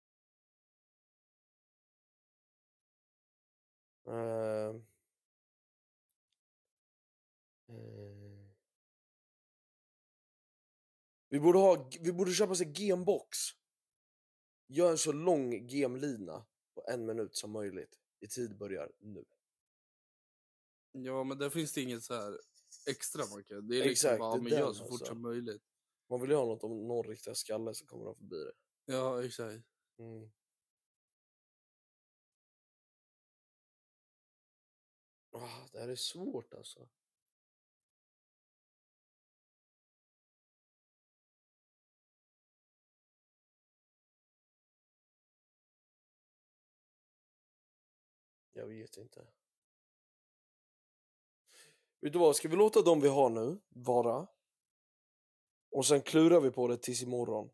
Speaker 1: Vi borde köpa oss en gamebox. Gör en så lång gamlina på 1 minut som möjligt. I tid börjar nu.
Speaker 2: Ja, men där finns det inget så här extra man kan. Det är liksom
Speaker 1: Exakt,
Speaker 2: bara,
Speaker 1: det är
Speaker 2: men gör
Speaker 1: den,
Speaker 2: så fort
Speaker 1: alltså.
Speaker 2: som möjligt.
Speaker 1: Man vill ju ha något om någon riktiga skalle så kommer de förbi det.
Speaker 2: Ja, exakt.
Speaker 1: Det här är svårt alltså. Jag vet inte. Vet du vad, ska vi låta dem vi har nu vara? Och sen klurar vi på det tills imorgon.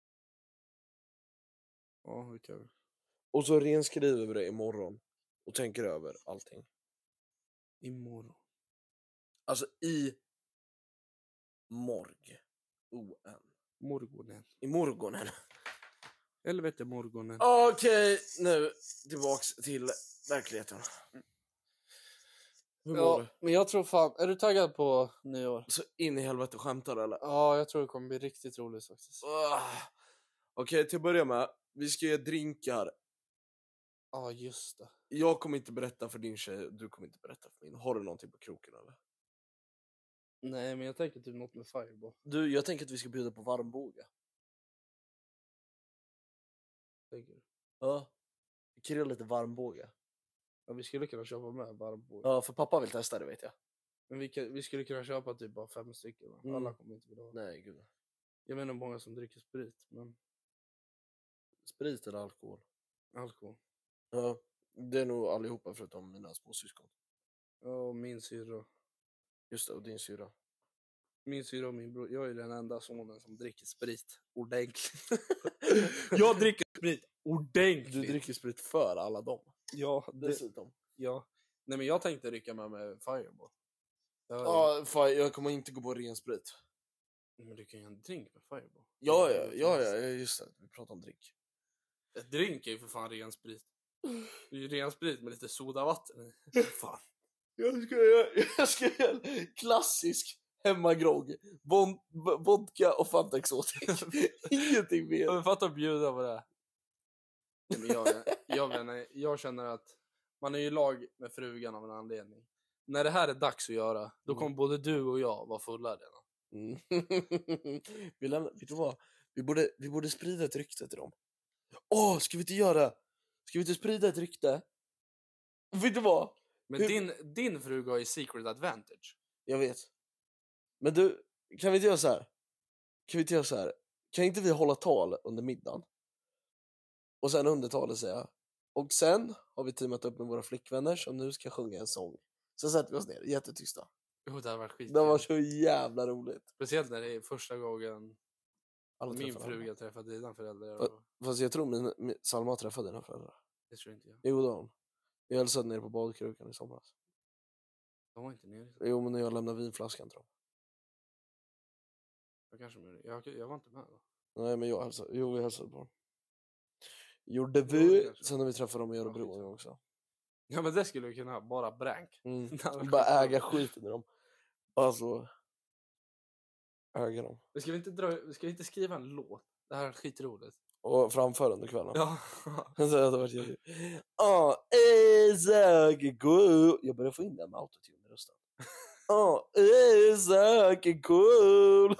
Speaker 2: Ja, vi kan.
Speaker 1: Och så renskriver vi det imorgon. Och tänker över allting.
Speaker 2: Imorgon.
Speaker 1: Alltså i morg. O-N.
Speaker 2: Morgonen.
Speaker 1: I morgonen.
Speaker 2: Helvete morgonen.
Speaker 1: Okej, nu tillbaks till verkligheten. Hur mår du?
Speaker 2: Men jag tror fan... Är du taggad på nyår?
Speaker 1: Så in i helvete, skämtar eller?
Speaker 2: Ja, jag tror det kommer bli riktigt roligt faktiskt.
Speaker 1: Okej, till att börja med. Vi ska göra drinkar.
Speaker 2: Ja, just det.
Speaker 1: Jag kommer inte berätta för din tjej, du kommer inte berätta för min. Har du någonting på kroken eller?
Speaker 2: Nej, men jag tänker typ något med Fireball.
Speaker 1: Du, jag tänker att vi ska bjuda på varmbåga.
Speaker 2: Tänker du?
Speaker 1: Ja. Vi kan göra lite varmbåga.
Speaker 2: Ja, vi skulle kunna köpa med varmbåg.
Speaker 1: Ja, för pappa vill testa det, vet jag.
Speaker 2: Men vi skulle kunna köpa typ bara 5 stycken. Va?
Speaker 1: Mm.
Speaker 2: Alla kommer inte vilja ha.
Speaker 1: Nej, gud.
Speaker 2: Jag menar många som dricker sprit, men
Speaker 1: Sprit eller alkohol?
Speaker 2: alkohol.
Speaker 1: Ja, det är nog allihopa förutom mina småsyskon.
Speaker 2: Ja, och min syrra.
Speaker 1: Just det, och din syra.
Speaker 2: Min syrra och min bror. Jag är den enda sonen som dricker sprit ordentligt. Jag dricker sprit ordentligt.
Speaker 1: Du dricker sprit för alla dem.
Speaker 2: Ja,
Speaker 1: Dessutom.
Speaker 2: ja. Nej, men jag tänkte rycka med Fireball.
Speaker 1: Ja, fan, jag kommer inte gå på ren sprit.
Speaker 2: Men du kan ju ha en drink med Fireball.
Speaker 1: Ja, just det. Vi pratar om drink.
Speaker 2: Ett drink är ju för fan ren sprit. Det är ju ren sprit med lite sodavatten i. Fan.
Speaker 1: Jag ska göra klassisk hemmagrogg. Vodka och Fanta Exotic. Ingenting mer.
Speaker 2: Jag fattar att bjuda på det. Nej, men jag känner att man är ju i lag med frugan av en anledning. När det här är dags att göra, då kommer både du och jag vara fulla redan.
Speaker 1: Vet du vad? Vi borde sprida ett rykte till dem. Ska vi inte sprida ett rykte? Vet du vad?
Speaker 2: Men din fruga har ju secret advantage.
Speaker 1: Jag vet. Men du, kan vi inte göra så här? Kan inte vi hålla tal under middagen? Och sen under talet säga. Och sen har vi teamat upp med våra flickvänner som nu ska sjunga en sång. Så sätter vi oss ner, jättetysta.
Speaker 2: Jo, det har varit skit.
Speaker 1: Det var så jävla roligt.
Speaker 2: Speciellt när det är första gången min
Speaker 1: träffar
Speaker 2: fruga träffat dina föräldrar.
Speaker 1: Fast jag tror Salma träffade dina föräldrar.
Speaker 2: Det tror inte jag.
Speaker 1: Jo, det har hon. Jag hälsade nere på badkrukan i somras.
Speaker 2: De var inte nere.
Speaker 1: Jo, men när jag lämnade vinflaskan tror
Speaker 2: Jag var inte med då.
Speaker 1: Nej, men vi hälsade på dem. Gjorde vi, sen när vi träffade dem i Örebro en gång också.
Speaker 2: Ja, men det skulle vi kunna bara bränk.
Speaker 1: Bara äga skiten i dem. Alltså, äga dem.
Speaker 2: Ska vi inte skriva en låt? Det här är skitroligt.
Speaker 1: Och framför under kvällen.
Speaker 2: Ja.
Speaker 1: Så det hade varit jävligt. Isak cool. Jag börjar få in den med autotune i rösten. Isak cool.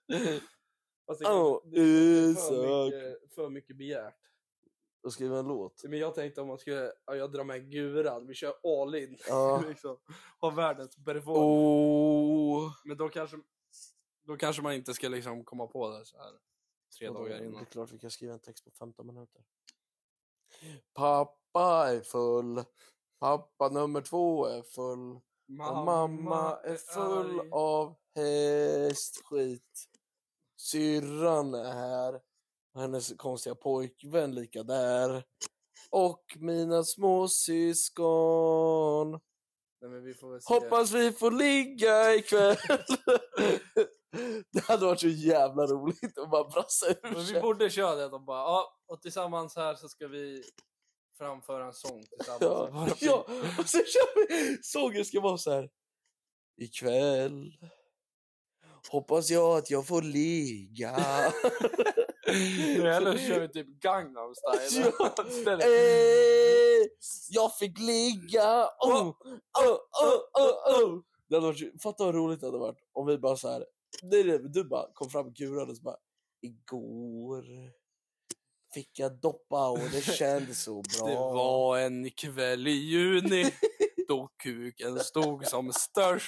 Speaker 2: För mycket begärt.
Speaker 1: Och skriva en låt.
Speaker 2: Men jag tänkte om man skulle... jag drar med Guran. Vi kör all in. Liksom. Ha världens performance. Men då kanske man inte ska liksom komma på det så här 3 dagar innan.
Speaker 1: Det är klart vi kan skriva en text på 15 minuter. Pappa är full. Pappa nummer 2 är full. Mamma är full av hästskit. Syrran är här. Hennes konstiga pojkvän lika där. Och mina små syskon.
Speaker 2: Nej, men vi får väl se.
Speaker 1: Hoppas vi får ligga ikväll. Det hade varit så jävla roligt att bara brassa ur
Speaker 2: Men
Speaker 1: sig.
Speaker 2: vi borde köra det. De bara, ja, och tillsammans här så ska vi framföra en sång tillsammans.
Speaker 1: Ja, och sen kör vi. Sången ska vara så här. Ikväll hoppas jag att jag får ligga.
Speaker 2: Eller så kör vi typ Gangnam Style.
Speaker 1: Ja. Jag fick ligga. Det hade varit, fatta vad roligt det hade varit om vi bara så här. Du bara kom fram kuran och så bara. Igår fick jag doppa och det kändes så bra.
Speaker 2: Det var en kväll i juni då kuken stod som störst.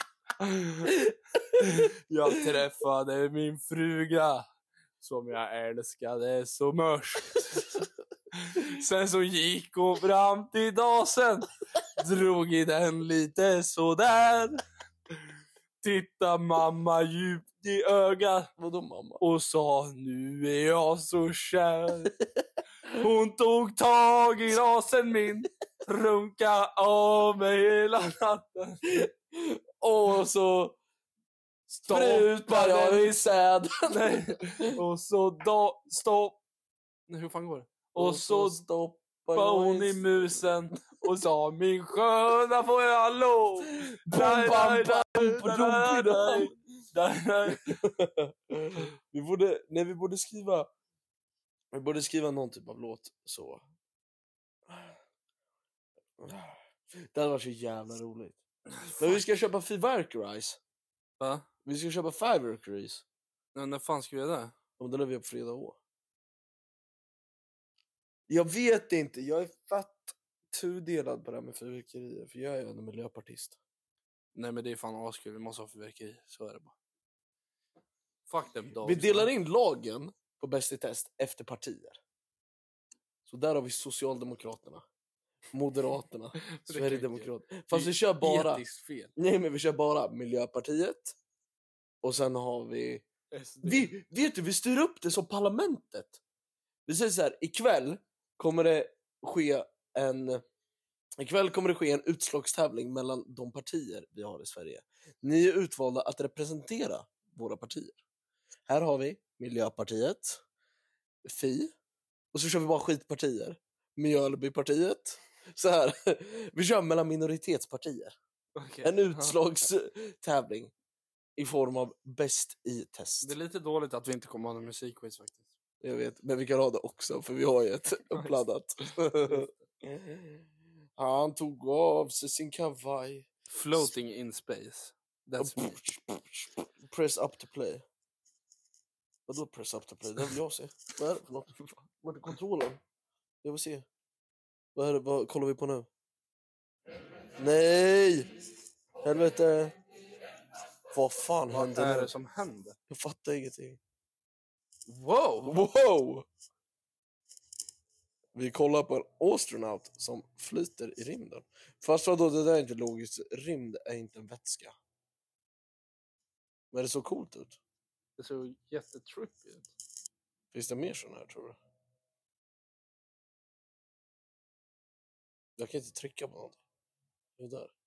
Speaker 2: Jag träffade min fruga som jag älskade så mörst. Sen så gick hon fram till dasen, drog i den lite sådär. Titta mamma djupt i ögat.
Speaker 1: Vadå mamma?
Speaker 2: Och sa, nu är jag så kär. Hon tog tag i rasen min, runka av mig hela natten.
Speaker 1: Och så
Speaker 2: Stoppade
Speaker 1: jag i säden.
Speaker 2: Nej. Och så stopp. Nej, hur fan går det? Och så stoppade hon i musen och sa, min sköna får jag lov.
Speaker 1: Vi borde skriva någon typ av låt så. Det hade varit så jävla roligt. Men vi ska köpa fyrverkeris.
Speaker 2: Va?
Speaker 1: Vi ska köpa fyrverkeris.
Speaker 2: Men när fan ska vi göra det?
Speaker 1: Om den är vi på fredag år. Jag vet inte. Jag är fett tudelad på det här med fyrverkerier. För jag är en miljöpartist.
Speaker 2: Nej, men det är fan askul. Vi måste ha fyrverkeri. Så är det bara. Fuck them dogs.
Speaker 1: Vi delar in lagen på Bäst i test efter partier. Så där har vi Socialdemokraterna, Moderaterna, Sverigedemokraterna. Fast vi kör bara...
Speaker 2: Etiskt fel.
Speaker 1: Nej, men vi kör bara Miljöpartiet. Och sen har vi... Vet du, vi styr upp det som parlamentet. Vi säger så här, ikväll kommer det ske en utslagstävling mellan de partier vi har i Sverige. Ni är utvalda att representera våra partier. Här har vi Miljöpartiet, Fi, och så kör vi bara skitpartier. Mjölbypartiet. Så här, vi kör mellan minoritetspartier.
Speaker 2: Okay.
Speaker 1: En utslagstävling i form av bäst i test.
Speaker 2: Det är lite dåligt att vi inte kommer ha någon musikquiz faktiskt.
Speaker 1: Jag vet, men vi kan ha det också för vi har ju ett uppladdat. Han tog av sig sin kavaj.
Speaker 2: Floating in space. That's me.
Speaker 1: Press up to play. Vadå press up to play? Det vill jag se. Vad är det för något? Vad är kontrollen? Jag vill se. Vad kollar vi på nu? Nej! Helvete! Vad fan händer nu?
Speaker 2: Vad är det som händer?
Speaker 1: Jag fattar ingenting.
Speaker 2: Wow!
Speaker 1: Vi kollar på en astronaut som flyter i rymden. Fast vadå, det där är inte logiskt. Rymd är inte en vätska. Men det så coolt ut.
Speaker 2: Det såg jättetrippy ut.
Speaker 1: Finns det mer sådana här, tror du? Jag kan inte trycka på något. Det är där.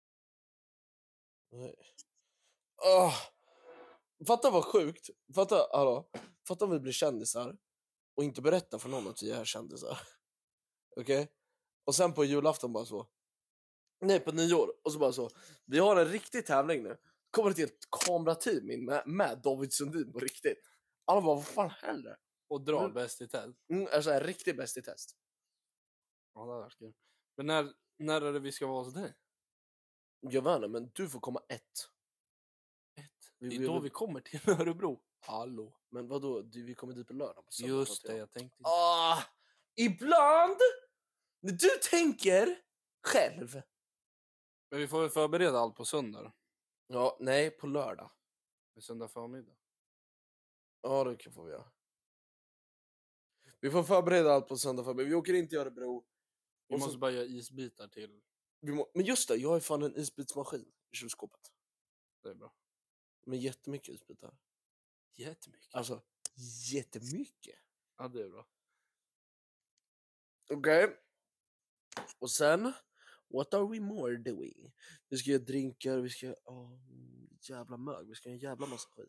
Speaker 1: Nej. Fatta vad sjukt. Fatta om vi blir kändisar och inte berätta för någon att vi är kändisar. Okej? Okay? Och sen på julafton bara så. Nej, på nyår. Och så bara så. Vi har en riktig tävling nu. Kommer ett helt kamerateam in med David Sundin på riktigt. Alla bara, vad fan händer?
Speaker 2: Och drar bäst i test.
Speaker 1: Alltså en riktig bäst i test.
Speaker 2: Ja, det är kul. Men när är det vi ska vara hos dig?
Speaker 1: Jag vet inte, men du får komma ett.
Speaker 2: Det är då vi kommer till Örebro. Hallå.
Speaker 1: Men vadå? Vi kommer dit på lördag. På söndag,
Speaker 2: just det, jag tänkte.
Speaker 1: Ibland när du tänker själv.
Speaker 2: Men vi får väl förbereda allt på söndag.
Speaker 1: Ja, nej, på lördag.
Speaker 2: Med söndag förmiddag.
Speaker 1: Ja, det får vi göra. Vi får förbereda allt på söndag förmiddag. Vi åker inte till Örebro.
Speaker 2: Vi måste bara göra isbitar till.
Speaker 1: Men just det, jag har ju fan en isbitsmaskin i kylskåpet.
Speaker 2: Det är bra.
Speaker 1: Med jättemycket isbitar.
Speaker 2: Jättemycket?
Speaker 1: Alltså, jättemycket.
Speaker 2: Ja, det är bra.
Speaker 1: Okej. Och sen What are we more doing? Vi ska göra drinkar, vi ska... jävla mög. Vi ska göra en jävla massa skit.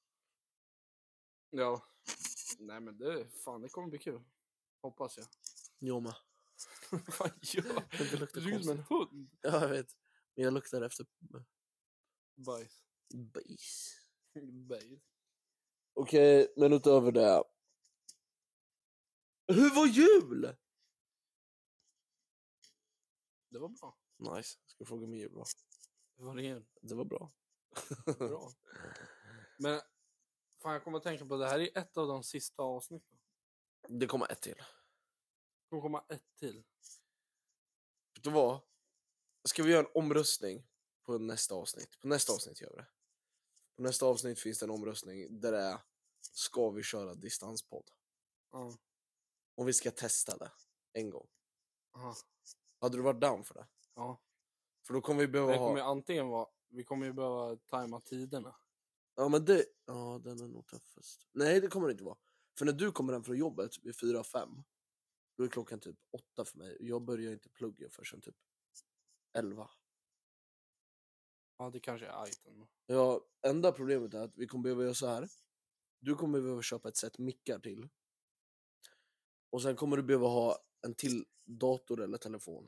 Speaker 2: Ja. Nej men det kommer bli kul. Hoppas jag.
Speaker 1: Jo med.
Speaker 2: Fan ja.
Speaker 1: Det luktar
Speaker 2: Du ser ut som en
Speaker 1: konstigt.
Speaker 2: hund.
Speaker 1: Ja, jag vet. Men jag luktar efter
Speaker 2: Bajs.
Speaker 1: bajs.
Speaker 2: Bajs.
Speaker 1: Okej, men utöver det. Hur var jul?
Speaker 2: Det var bra.
Speaker 1: Nice. Ska fråga min jul va?
Speaker 2: Det var ingen.
Speaker 1: Det var bra.
Speaker 2: Bra. Men fan, jag kommer att tänka på det här är ett av de sista avsnitten.
Speaker 1: Det kommer ett till.
Speaker 2: Det kommer komma ett till.
Speaker 1: Vet du vad? Ska vi göra en omröstning på nästa avsnitt? På nästa avsnitt gör vi det. På nästa avsnitt finns det en omröstning där det är: ska vi köra distanspodd?
Speaker 2: Ja.
Speaker 1: Och vi ska testa det en gång.
Speaker 2: Aha.
Speaker 1: Hade du varit down för det?
Speaker 2: Ja.
Speaker 1: För då kommer vi behöva
Speaker 2: Det kommer ju
Speaker 1: ha...
Speaker 2: antingen vara... Vi kommer ju behöva tajma tiderna.
Speaker 1: Ja men det... Ja, den är nog tuffast. Nej, det kommer det inte vara. För när du kommer hem från jobbet vid 4-5, då är klockan typ 8 för mig. Jag börjar inte plugga förrän typ 11.
Speaker 2: Ja, det kanske är ajten.
Speaker 1: Ja, enda problemet är att vi kommer behöva göra så här. Du kommer behöva köpa ett set mickar till. Och sen kommer du behöva ha en till dator eller telefon.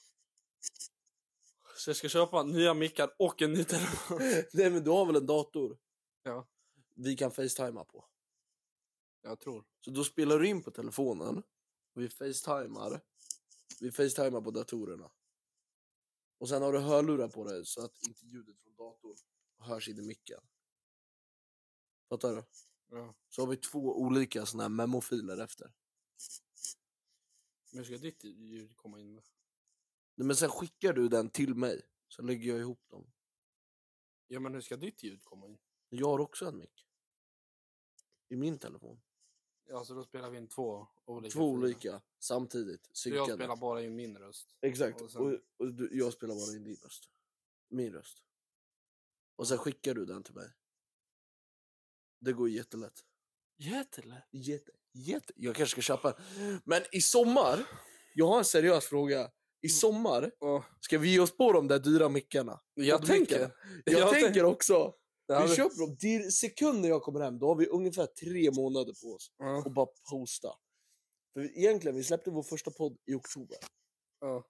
Speaker 2: Så jag ska köpa nya mickar och en ny telefon.
Speaker 1: Nej men du har väl en dator?
Speaker 2: Ja,
Speaker 1: Vi kan facetima på.
Speaker 2: jag tror.
Speaker 1: Så då spelar du in på telefonen. Och vi facetimar på datorerna. Och sen har du hörlurar på det så att inte ljudet från datorn hörs in i micken. Fattar du?
Speaker 2: Ja.
Speaker 1: Så har vi 2 olika såna här memofiler efter.
Speaker 2: Men ska ditt ljud komma in?
Speaker 1: Nej, men sen skickar du den till mig. Så lägger jag ihop dem.
Speaker 2: Ja, men hur ska ditt ljud komma in?
Speaker 1: Jag har också en mick. I min telefon.
Speaker 2: Ja, så då spelar vi in 2 olika.
Speaker 1: 2 olika samtidigt.
Speaker 2: Så jag
Speaker 1: Synkade.
Speaker 2: spelar bara in min röst.
Speaker 1: Exakt.
Speaker 2: Och sen-
Speaker 1: Och jag spelar bara in din röst. Min röst. Och sen skickar du den till mig. Det går jättelätt.
Speaker 2: Jättelätt.
Speaker 1: Jätte. Jag kanske ska köpa. Men i sommar, jag har en seriös fråga. I sommar
Speaker 2: Ja.
Speaker 1: ska vi ge oss på de där dyra mickarna.
Speaker 2: Jag tänker.
Speaker 1: Jag tänker också.
Speaker 2: Det hade-
Speaker 1: Vi köper dem. Sekunder jag kommer hem, då har vi ungefär 3 månader på oss.
Speaker 2: Ja.
Speaker 1: Och bara posta. För egentligen, vi släppte vår första podd i oktober.
Speaker 2: Ja.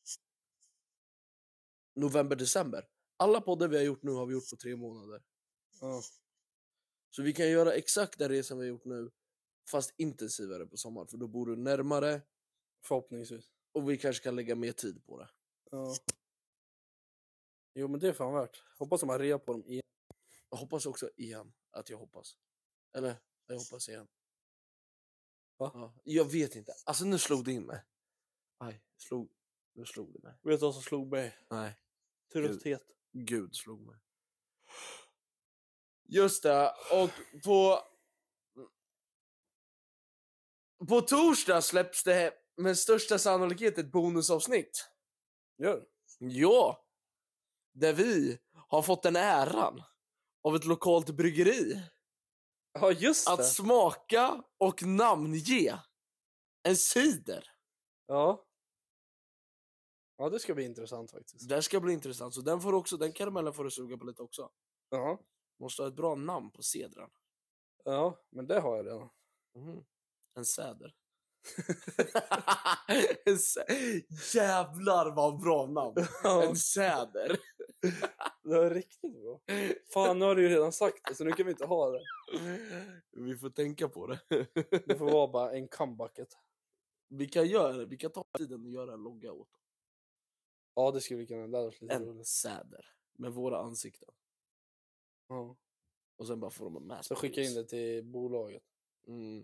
Speaker 1: November, december. Alla poddar vi har gjort nu har vi gjort på 3 månader.
Speaker 2: Ja.
Speaker 1: Så vi kan göra exakt den resan vi har gjort nu. Fast intensivare på sommaren. För då bor du närmare.
Speaker 2: Förhoppningsvis.
Speaker 1: Och vi kanske kan lägga mer tid på det.
Speaker 2: Ja. Jo, men det är fan värt. Hoppas de har rea på dem igen.
Speaker 1: Jag hoppas också igen att jag hoppas. Eller, jag hoppas igen.
Speaker 2: Va?
Speaker 1: Ja, jag vet inte. Alltså nu slog det in mig. Aj, nu slog det mig.
Speaker 2: Vet du vad som slog mig?
Speaker 1: Nej,
Speaker 2: Trötthet.
Speaker 1: Gud slog mig. Just det, och på torsdag släpps det med största sannolikhet ett bonusavsnitt.
Speaker 2: Gör.
Speaker 1: Ja, där vi har fått den äran av ett lokalt bryggeri
Speaker 2: Ja, just det.
Speaker 1: att smaka och namnge en cider.
Speaker 2: Ja. Ja, det ska bli intressant faktiskt.
Speaker 1: Det ska bli intressant. Så den karamellen får du suga på lite också.
Speaker 2: Ja.
Speaker 1: Måste ha ett bra namn på cedran.
Speaker 2: Ja, men det har jag redan.
Speaker 1: En säder. Jävlar vad bra namn.
Speaker 2: Ja.
Speaker 1: En säder.
Speaker 2: Det var riktigt bra. Fan, nu har du ju redan sagt det, så nu kan vi inte ha det.
Speaker 1: Vi får tänka på det.
Speaker 2: Det får vara bara en comebacket.
Speaker 1: Vi kan ta tiden och göra en logga åt dem.
Speaker 2: Ja, det skulle vi kunna. Det hade varit lite
Speaker 1: En
Speaker 2: roligt.
Speaker 1: säder. Med våra ansikten.
Speaker 2: Ja.
Speaker 1: Och sen bara får de en mass.
Speaker 2: Så skicka in det till bolaget.
Speaker 1: Mm.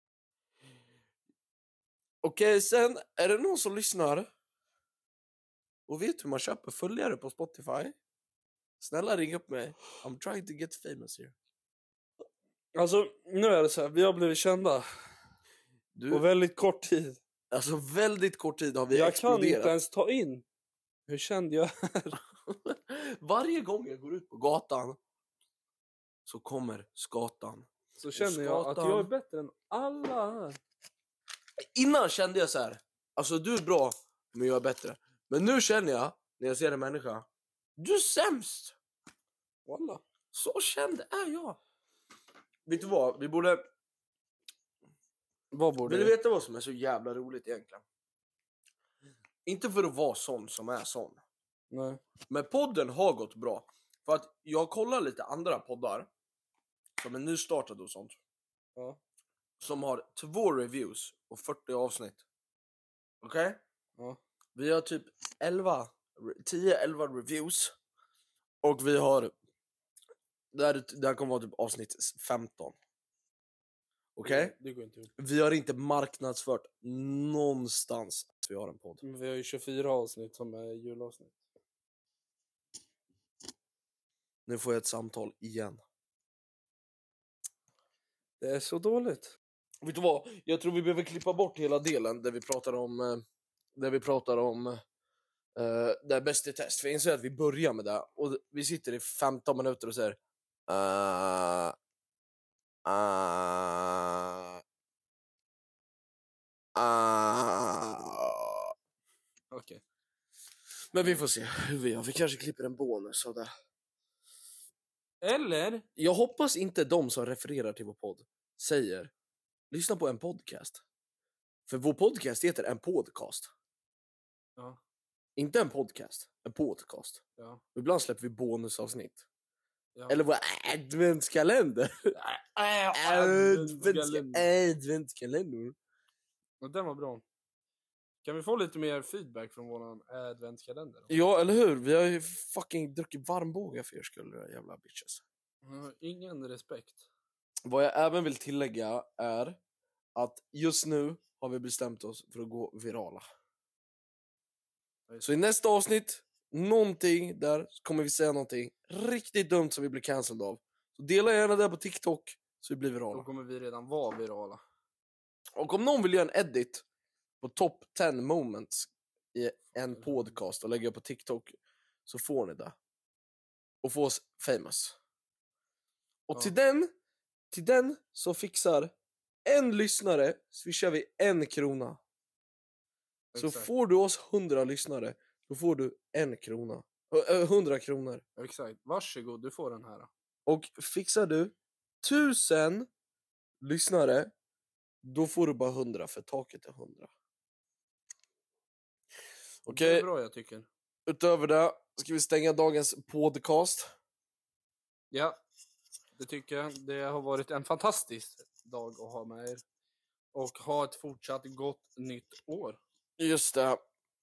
Speaker 1: Okej, sen är det någon som lyssnar och vet hur man köper följare på Spotify? Snälla ring upp mig. I'm trying to get famous here.
Speaker 2: Alltså, nu är det så här. Vi har blivit kända på väldigt kort tid.
Speaker 1: Alltså väldigt kort tid har vi
Speaker 2: Jag
Speaker 1: exploderat.
Speaker 2: kan inte ens ta in hur känd jag är.
Speaker 1: Varje gång jag går ut på gatan så kommer skatan.
Speaker 2: Så känner jag att jag är bättre än alla här.
Speaker 1: Innan kände jag så här. Alltså du är bra, men jag är bättre. Men nu känner jag, när jag ser en människa, du är sämst.
Speaker 2: Walla.
Speaker 1: Så känd är jag. Vet du vad? Vi borde...
Speaker 2: Vad borde
Speaker 1: Vill du veta vad som är så jävla roligt egentligen? Inte för att vara sån som är sån.
Speaker 2: Nej.
Speaker 1: Men podden har gått bra. För att jag kollar lite andra poddar som är nystartade och sånt.
Speaker 2: Ja.
Speaker 1: Som har 2 reviews och 40 avsnitt. Okej?
Speaker 2: Ja.
Speaker 1: Vi har typ 10-11 reviews. Och vi har... Där kommer vara typ avsnitt 15. Okej?
Speaker 2: Det går inte upp.
Speaker 1: Vi har inte marknadsfört någonstans att vi har en podd.
Speaker 2: Men vi har ju 24 avsnitt som är julavsnitt.
Speaker 1: Nu får jag ett samtal igen.
Speaker 2: Det är så dåligt.
Speaker 1: Vet du vad? Jag tror vi behöver klippa bort hela delen där vi pratar om... det är bäst i test. För jag inser att vi börjar med det. Och vi sitter i 15 minuter och säger...
Speaker 2: Okej.
Speaker 1: Men vi får se hur vi gör. Vi kanske klipper en bonus av det.
Speaker 2: Eller?
Speaker 1: Jag hoppas inte de som refererar till vår podd säger lyssna på en podcast. För vår podcast heter en podcast.
Speaker 2: Ja.
Speaker 1: Inte en podcast, en podcast.
Speaker 2: Ja.
Speaker 1: Ibland släpper vi bonusavsnitt.
Speaker 2: Ja.
Speaker 1: Eller vår adventskalender. Adventskalender.
Speaker 2: Och den var bra. Kan vi få lite mer feedback från våran adventskalender då?
Speaker 1: Ja, eller hur? Vi har ju fucking druckit varmbågar för er skull, jävla bitches.
Speaker 2: Ingen respekt.
Speaker 1: Vad jag även vill tillägga är att just nu har vi bestämt oss för att gå virala. Så i nästa avsnitt, någonting där, så kommer vi säga någonting riktigt dumt som vi blir cancelled av. Så dela gärna det på TikTok så vi blir
Speaker 2: Då
Speaker 1: virala.
Speaker 2: kommer vi redan vara virala.
Speaker 1: Och om någon vill göra en edit på top 10 moments i en podcast och lägga upp på TikTok så får ni det. Och få oss famous. Och
Speaker 2: Ja.
Speaker 1: till den så fixar en lyssnare, swishar vi 1 krona. Så
Speaker 2: Exakt.
Speaker 1: får du oss 100 lyssnare, då får du 1 krona. 100 kronor.
Speaker 2: Exakt. Varsågod, du får den här.
Speaker 1: Och fixar du 1000 lyssnare, då får du bara 100 för taket är 100.
Speaker 2: Det
Speaker 1: Okej,
Speaker 2: är bra jag tycker.
Speaker 1: utöver det ska vi stänga dagens podcast.
Speaker 2: Ja, det tycker jag. Det har varit en fantastisk dag att ha med er. Och ha ett fortsatt gott nytt år.
Speaker 1: Just det.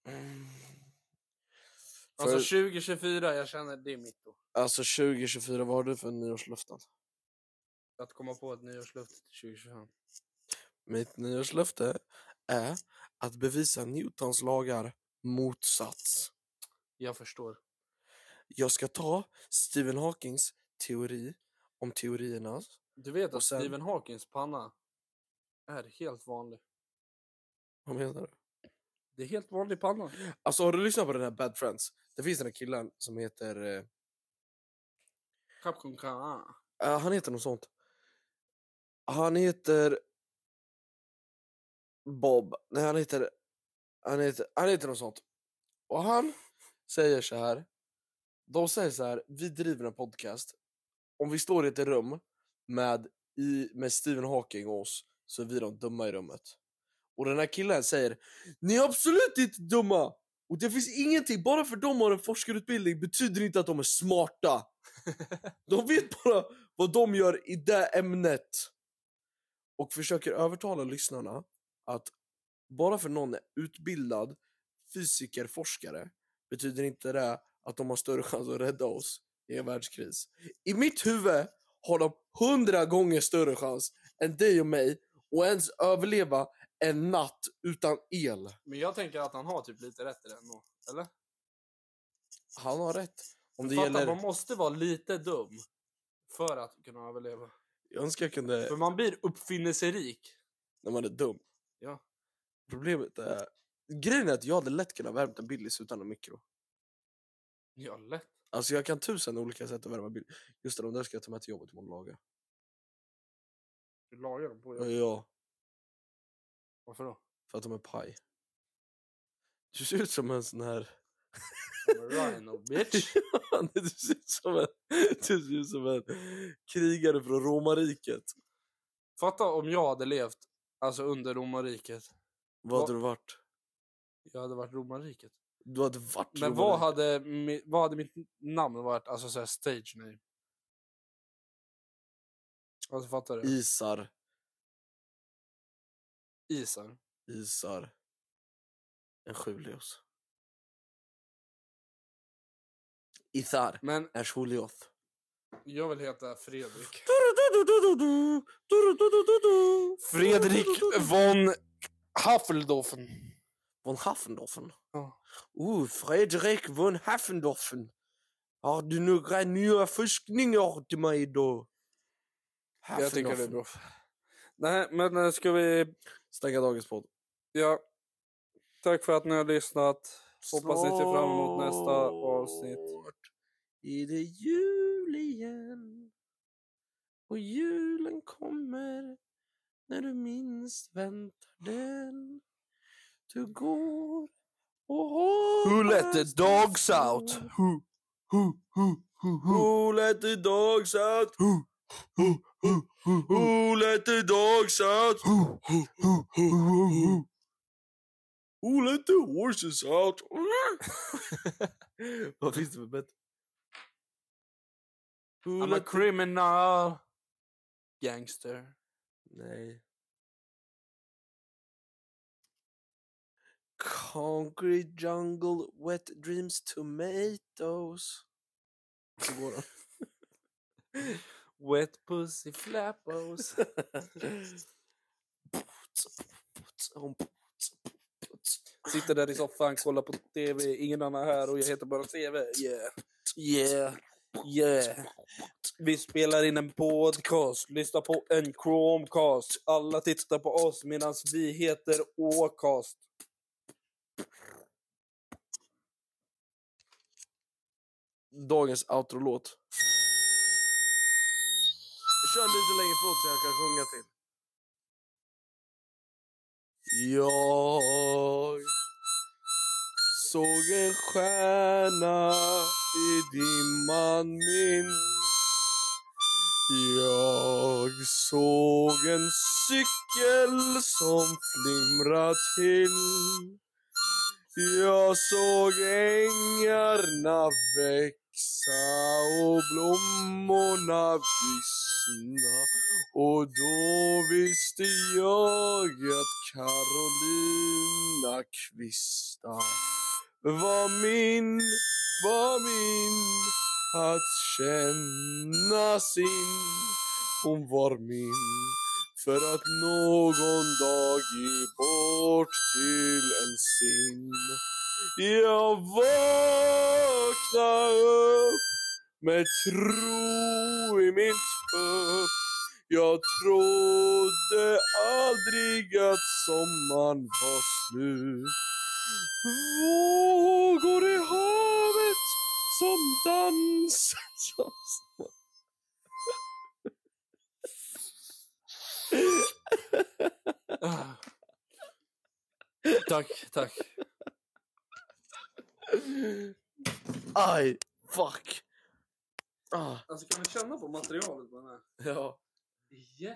Speaker 2: Alltså 2024, jag känner det är mitt år.
Speaker 1: Alltså 2024, vad har du för nyårslöften?
Speaker 2: Att komma på ett nyårslöfte till 2025.
Speaker 1: Mitt nyårslöfte är att bevisa Newtons lagar motsats.
Speaker 2: Jag förstår.
Speaker 1: Jag ska ta Stephen Hawkings teori om teorierna.
Speaker 2: Du vet
Speaker 1: Och
Speaker 2: att
Speaker 1: sen-
Speaker 2: Stephen Hawkings panna är helt vanlig.
Speaker 1: Vad menar du?
Speaker 2: Det är helt vanlig panna.
Speaker 1: Alltså har du lyssnat på den här Bad Friends? Det finns den här killen som heter...
Speaker 2: Capcom kan.
Speaker 1: han heter något sånt. Han heter... Bob. Nej, han heter något sånt. Och han säger så här. De säger så här. Vi driver en podcast. Om vi står i ett rum med Stephen Hawking och oss, så är vi de dumma i rummet. Och den här killen säger: ni är absolut inte dumma. Och det finns ingenting, bara för de har en forskarutbildning betyder inte att de är smarta. De vet bara vad de gör i det ämnet. Och försöker övertala lyssnarna att bara för någon är utbildad fysikerforskare betyder inte det att de har större chans att rädda oss i en världskris. I mitt huvud har de 100 gånger större chans än dig och mig att ens överleva en natt utan el.
Speaker 2: Men jag tänker att han har typ lite rätt i det ändå. Eller?
Speaker 1: Han har rätt. Om det
Speaker 2: Fattar,
Speaker 1: gäller...
Speaker 2: man måste vara lite dum för att kunna överleva.
Speaker 1: Jag önskar jag kunde...
Speaker 2: För man blir uppfinnesrik.
Speaker 1: När man är dum.
Speaker 2: Ja.
Speaker 1: Problemet är... Grejen är att jag hade lätt kunnat värma en Billys utan en mikro.
Speaker 2: Ja, lätt.
Speaker 1: Alltså jag kan 1000 olika sätt att värma Billys. Just det, de där ska jag ta med till jobbet imorgon och laga.
Speaker 2: Du lagar dem på jobbet.
Speaker 1: Ja,
Speaker 2: Varför då?
Speaker 1: för att de är paj. Du ser ut som en sån här
Speaker 2: Rhino, bitch.
Speaker 1: Du ser ut som en krigare från romarriket.
Speaker 2: Fatta om jag hade levt alltså under romarriket.
Speaker 1: Vad hade du varit?
Speaker 2: Jag hade varit romarriket.
Speaker 1: Du hade varit
Speaker 2: Men vad hade mitt namn varit? Alltså såhär stage name. Alltså fattar du?
Speaker 1: Isar.
Speaker 2: Isar.
Speaker 1: En Julius. Isar.
Speaker 2: Men
Speaker 1: är Julius.
Speaker 2: jag vill heta Fredrik. Fredrik von Haffeldorfen.
Speaker 1: Von Haffendorfen?
Speaker 2: Ja.
Speaker 1: Fredrik von Haffendorfen. Har du några nya forskningar till mig då?
Speaker 2: Jag tycker det är bra. Nej, men ska vi
Speaker 1: stänga dagens podd?
Speaker 2: Ja. Tack för att ni har lyssnat. Hoppas ni ser fram emot nästa avsnitt.
Speaker 1: Är det jul igen? Och julen kommer när du minst väntar den. Du går och
Speaker 2: Who let the dogs out?
Speaker 1: Who let the dogs out? Who let the dogs out? Who let the horses out? Vad finns det för bättre?
Speaker 2: I'm a criminal gangster.
Speaker 1: Nej. Concrete jungle, wet dreams, tomatoes. Så går den.
Speaker 2: Wet pussy flappos. Sitter där i soffan, kollar på TV. Ingen annan här och jag heter bara TV. Yeah. Vi spelar in en podcast. Lyssna på en Chromecast. Alla tittar på oss medan vi heter Åcast.
Speaker 1: Dagens outro-låt. Kör lite längre förlåt så jag kan sjunga till. Jag såg en stjärna i dimman min. Jag såg en cykel som flimrar till. Jag såg ängarna växa och blommorna vissna. Och då visste jag att Carolina Kvista var min att känna sin. Hon var min för att någon dag ge bort till en sin. Jag vaknar upp med tro i min tupp. Jag trodde aldrig att sommaren var slut. Vågor i havet som dansar.
Speaker 2: Tack.
Speaker 1: Aj, fuck.
Speaker 2: Alltså kan vi känna på materialet på den här?
Speaker 1: Ja.
Speaker 2: Yeah.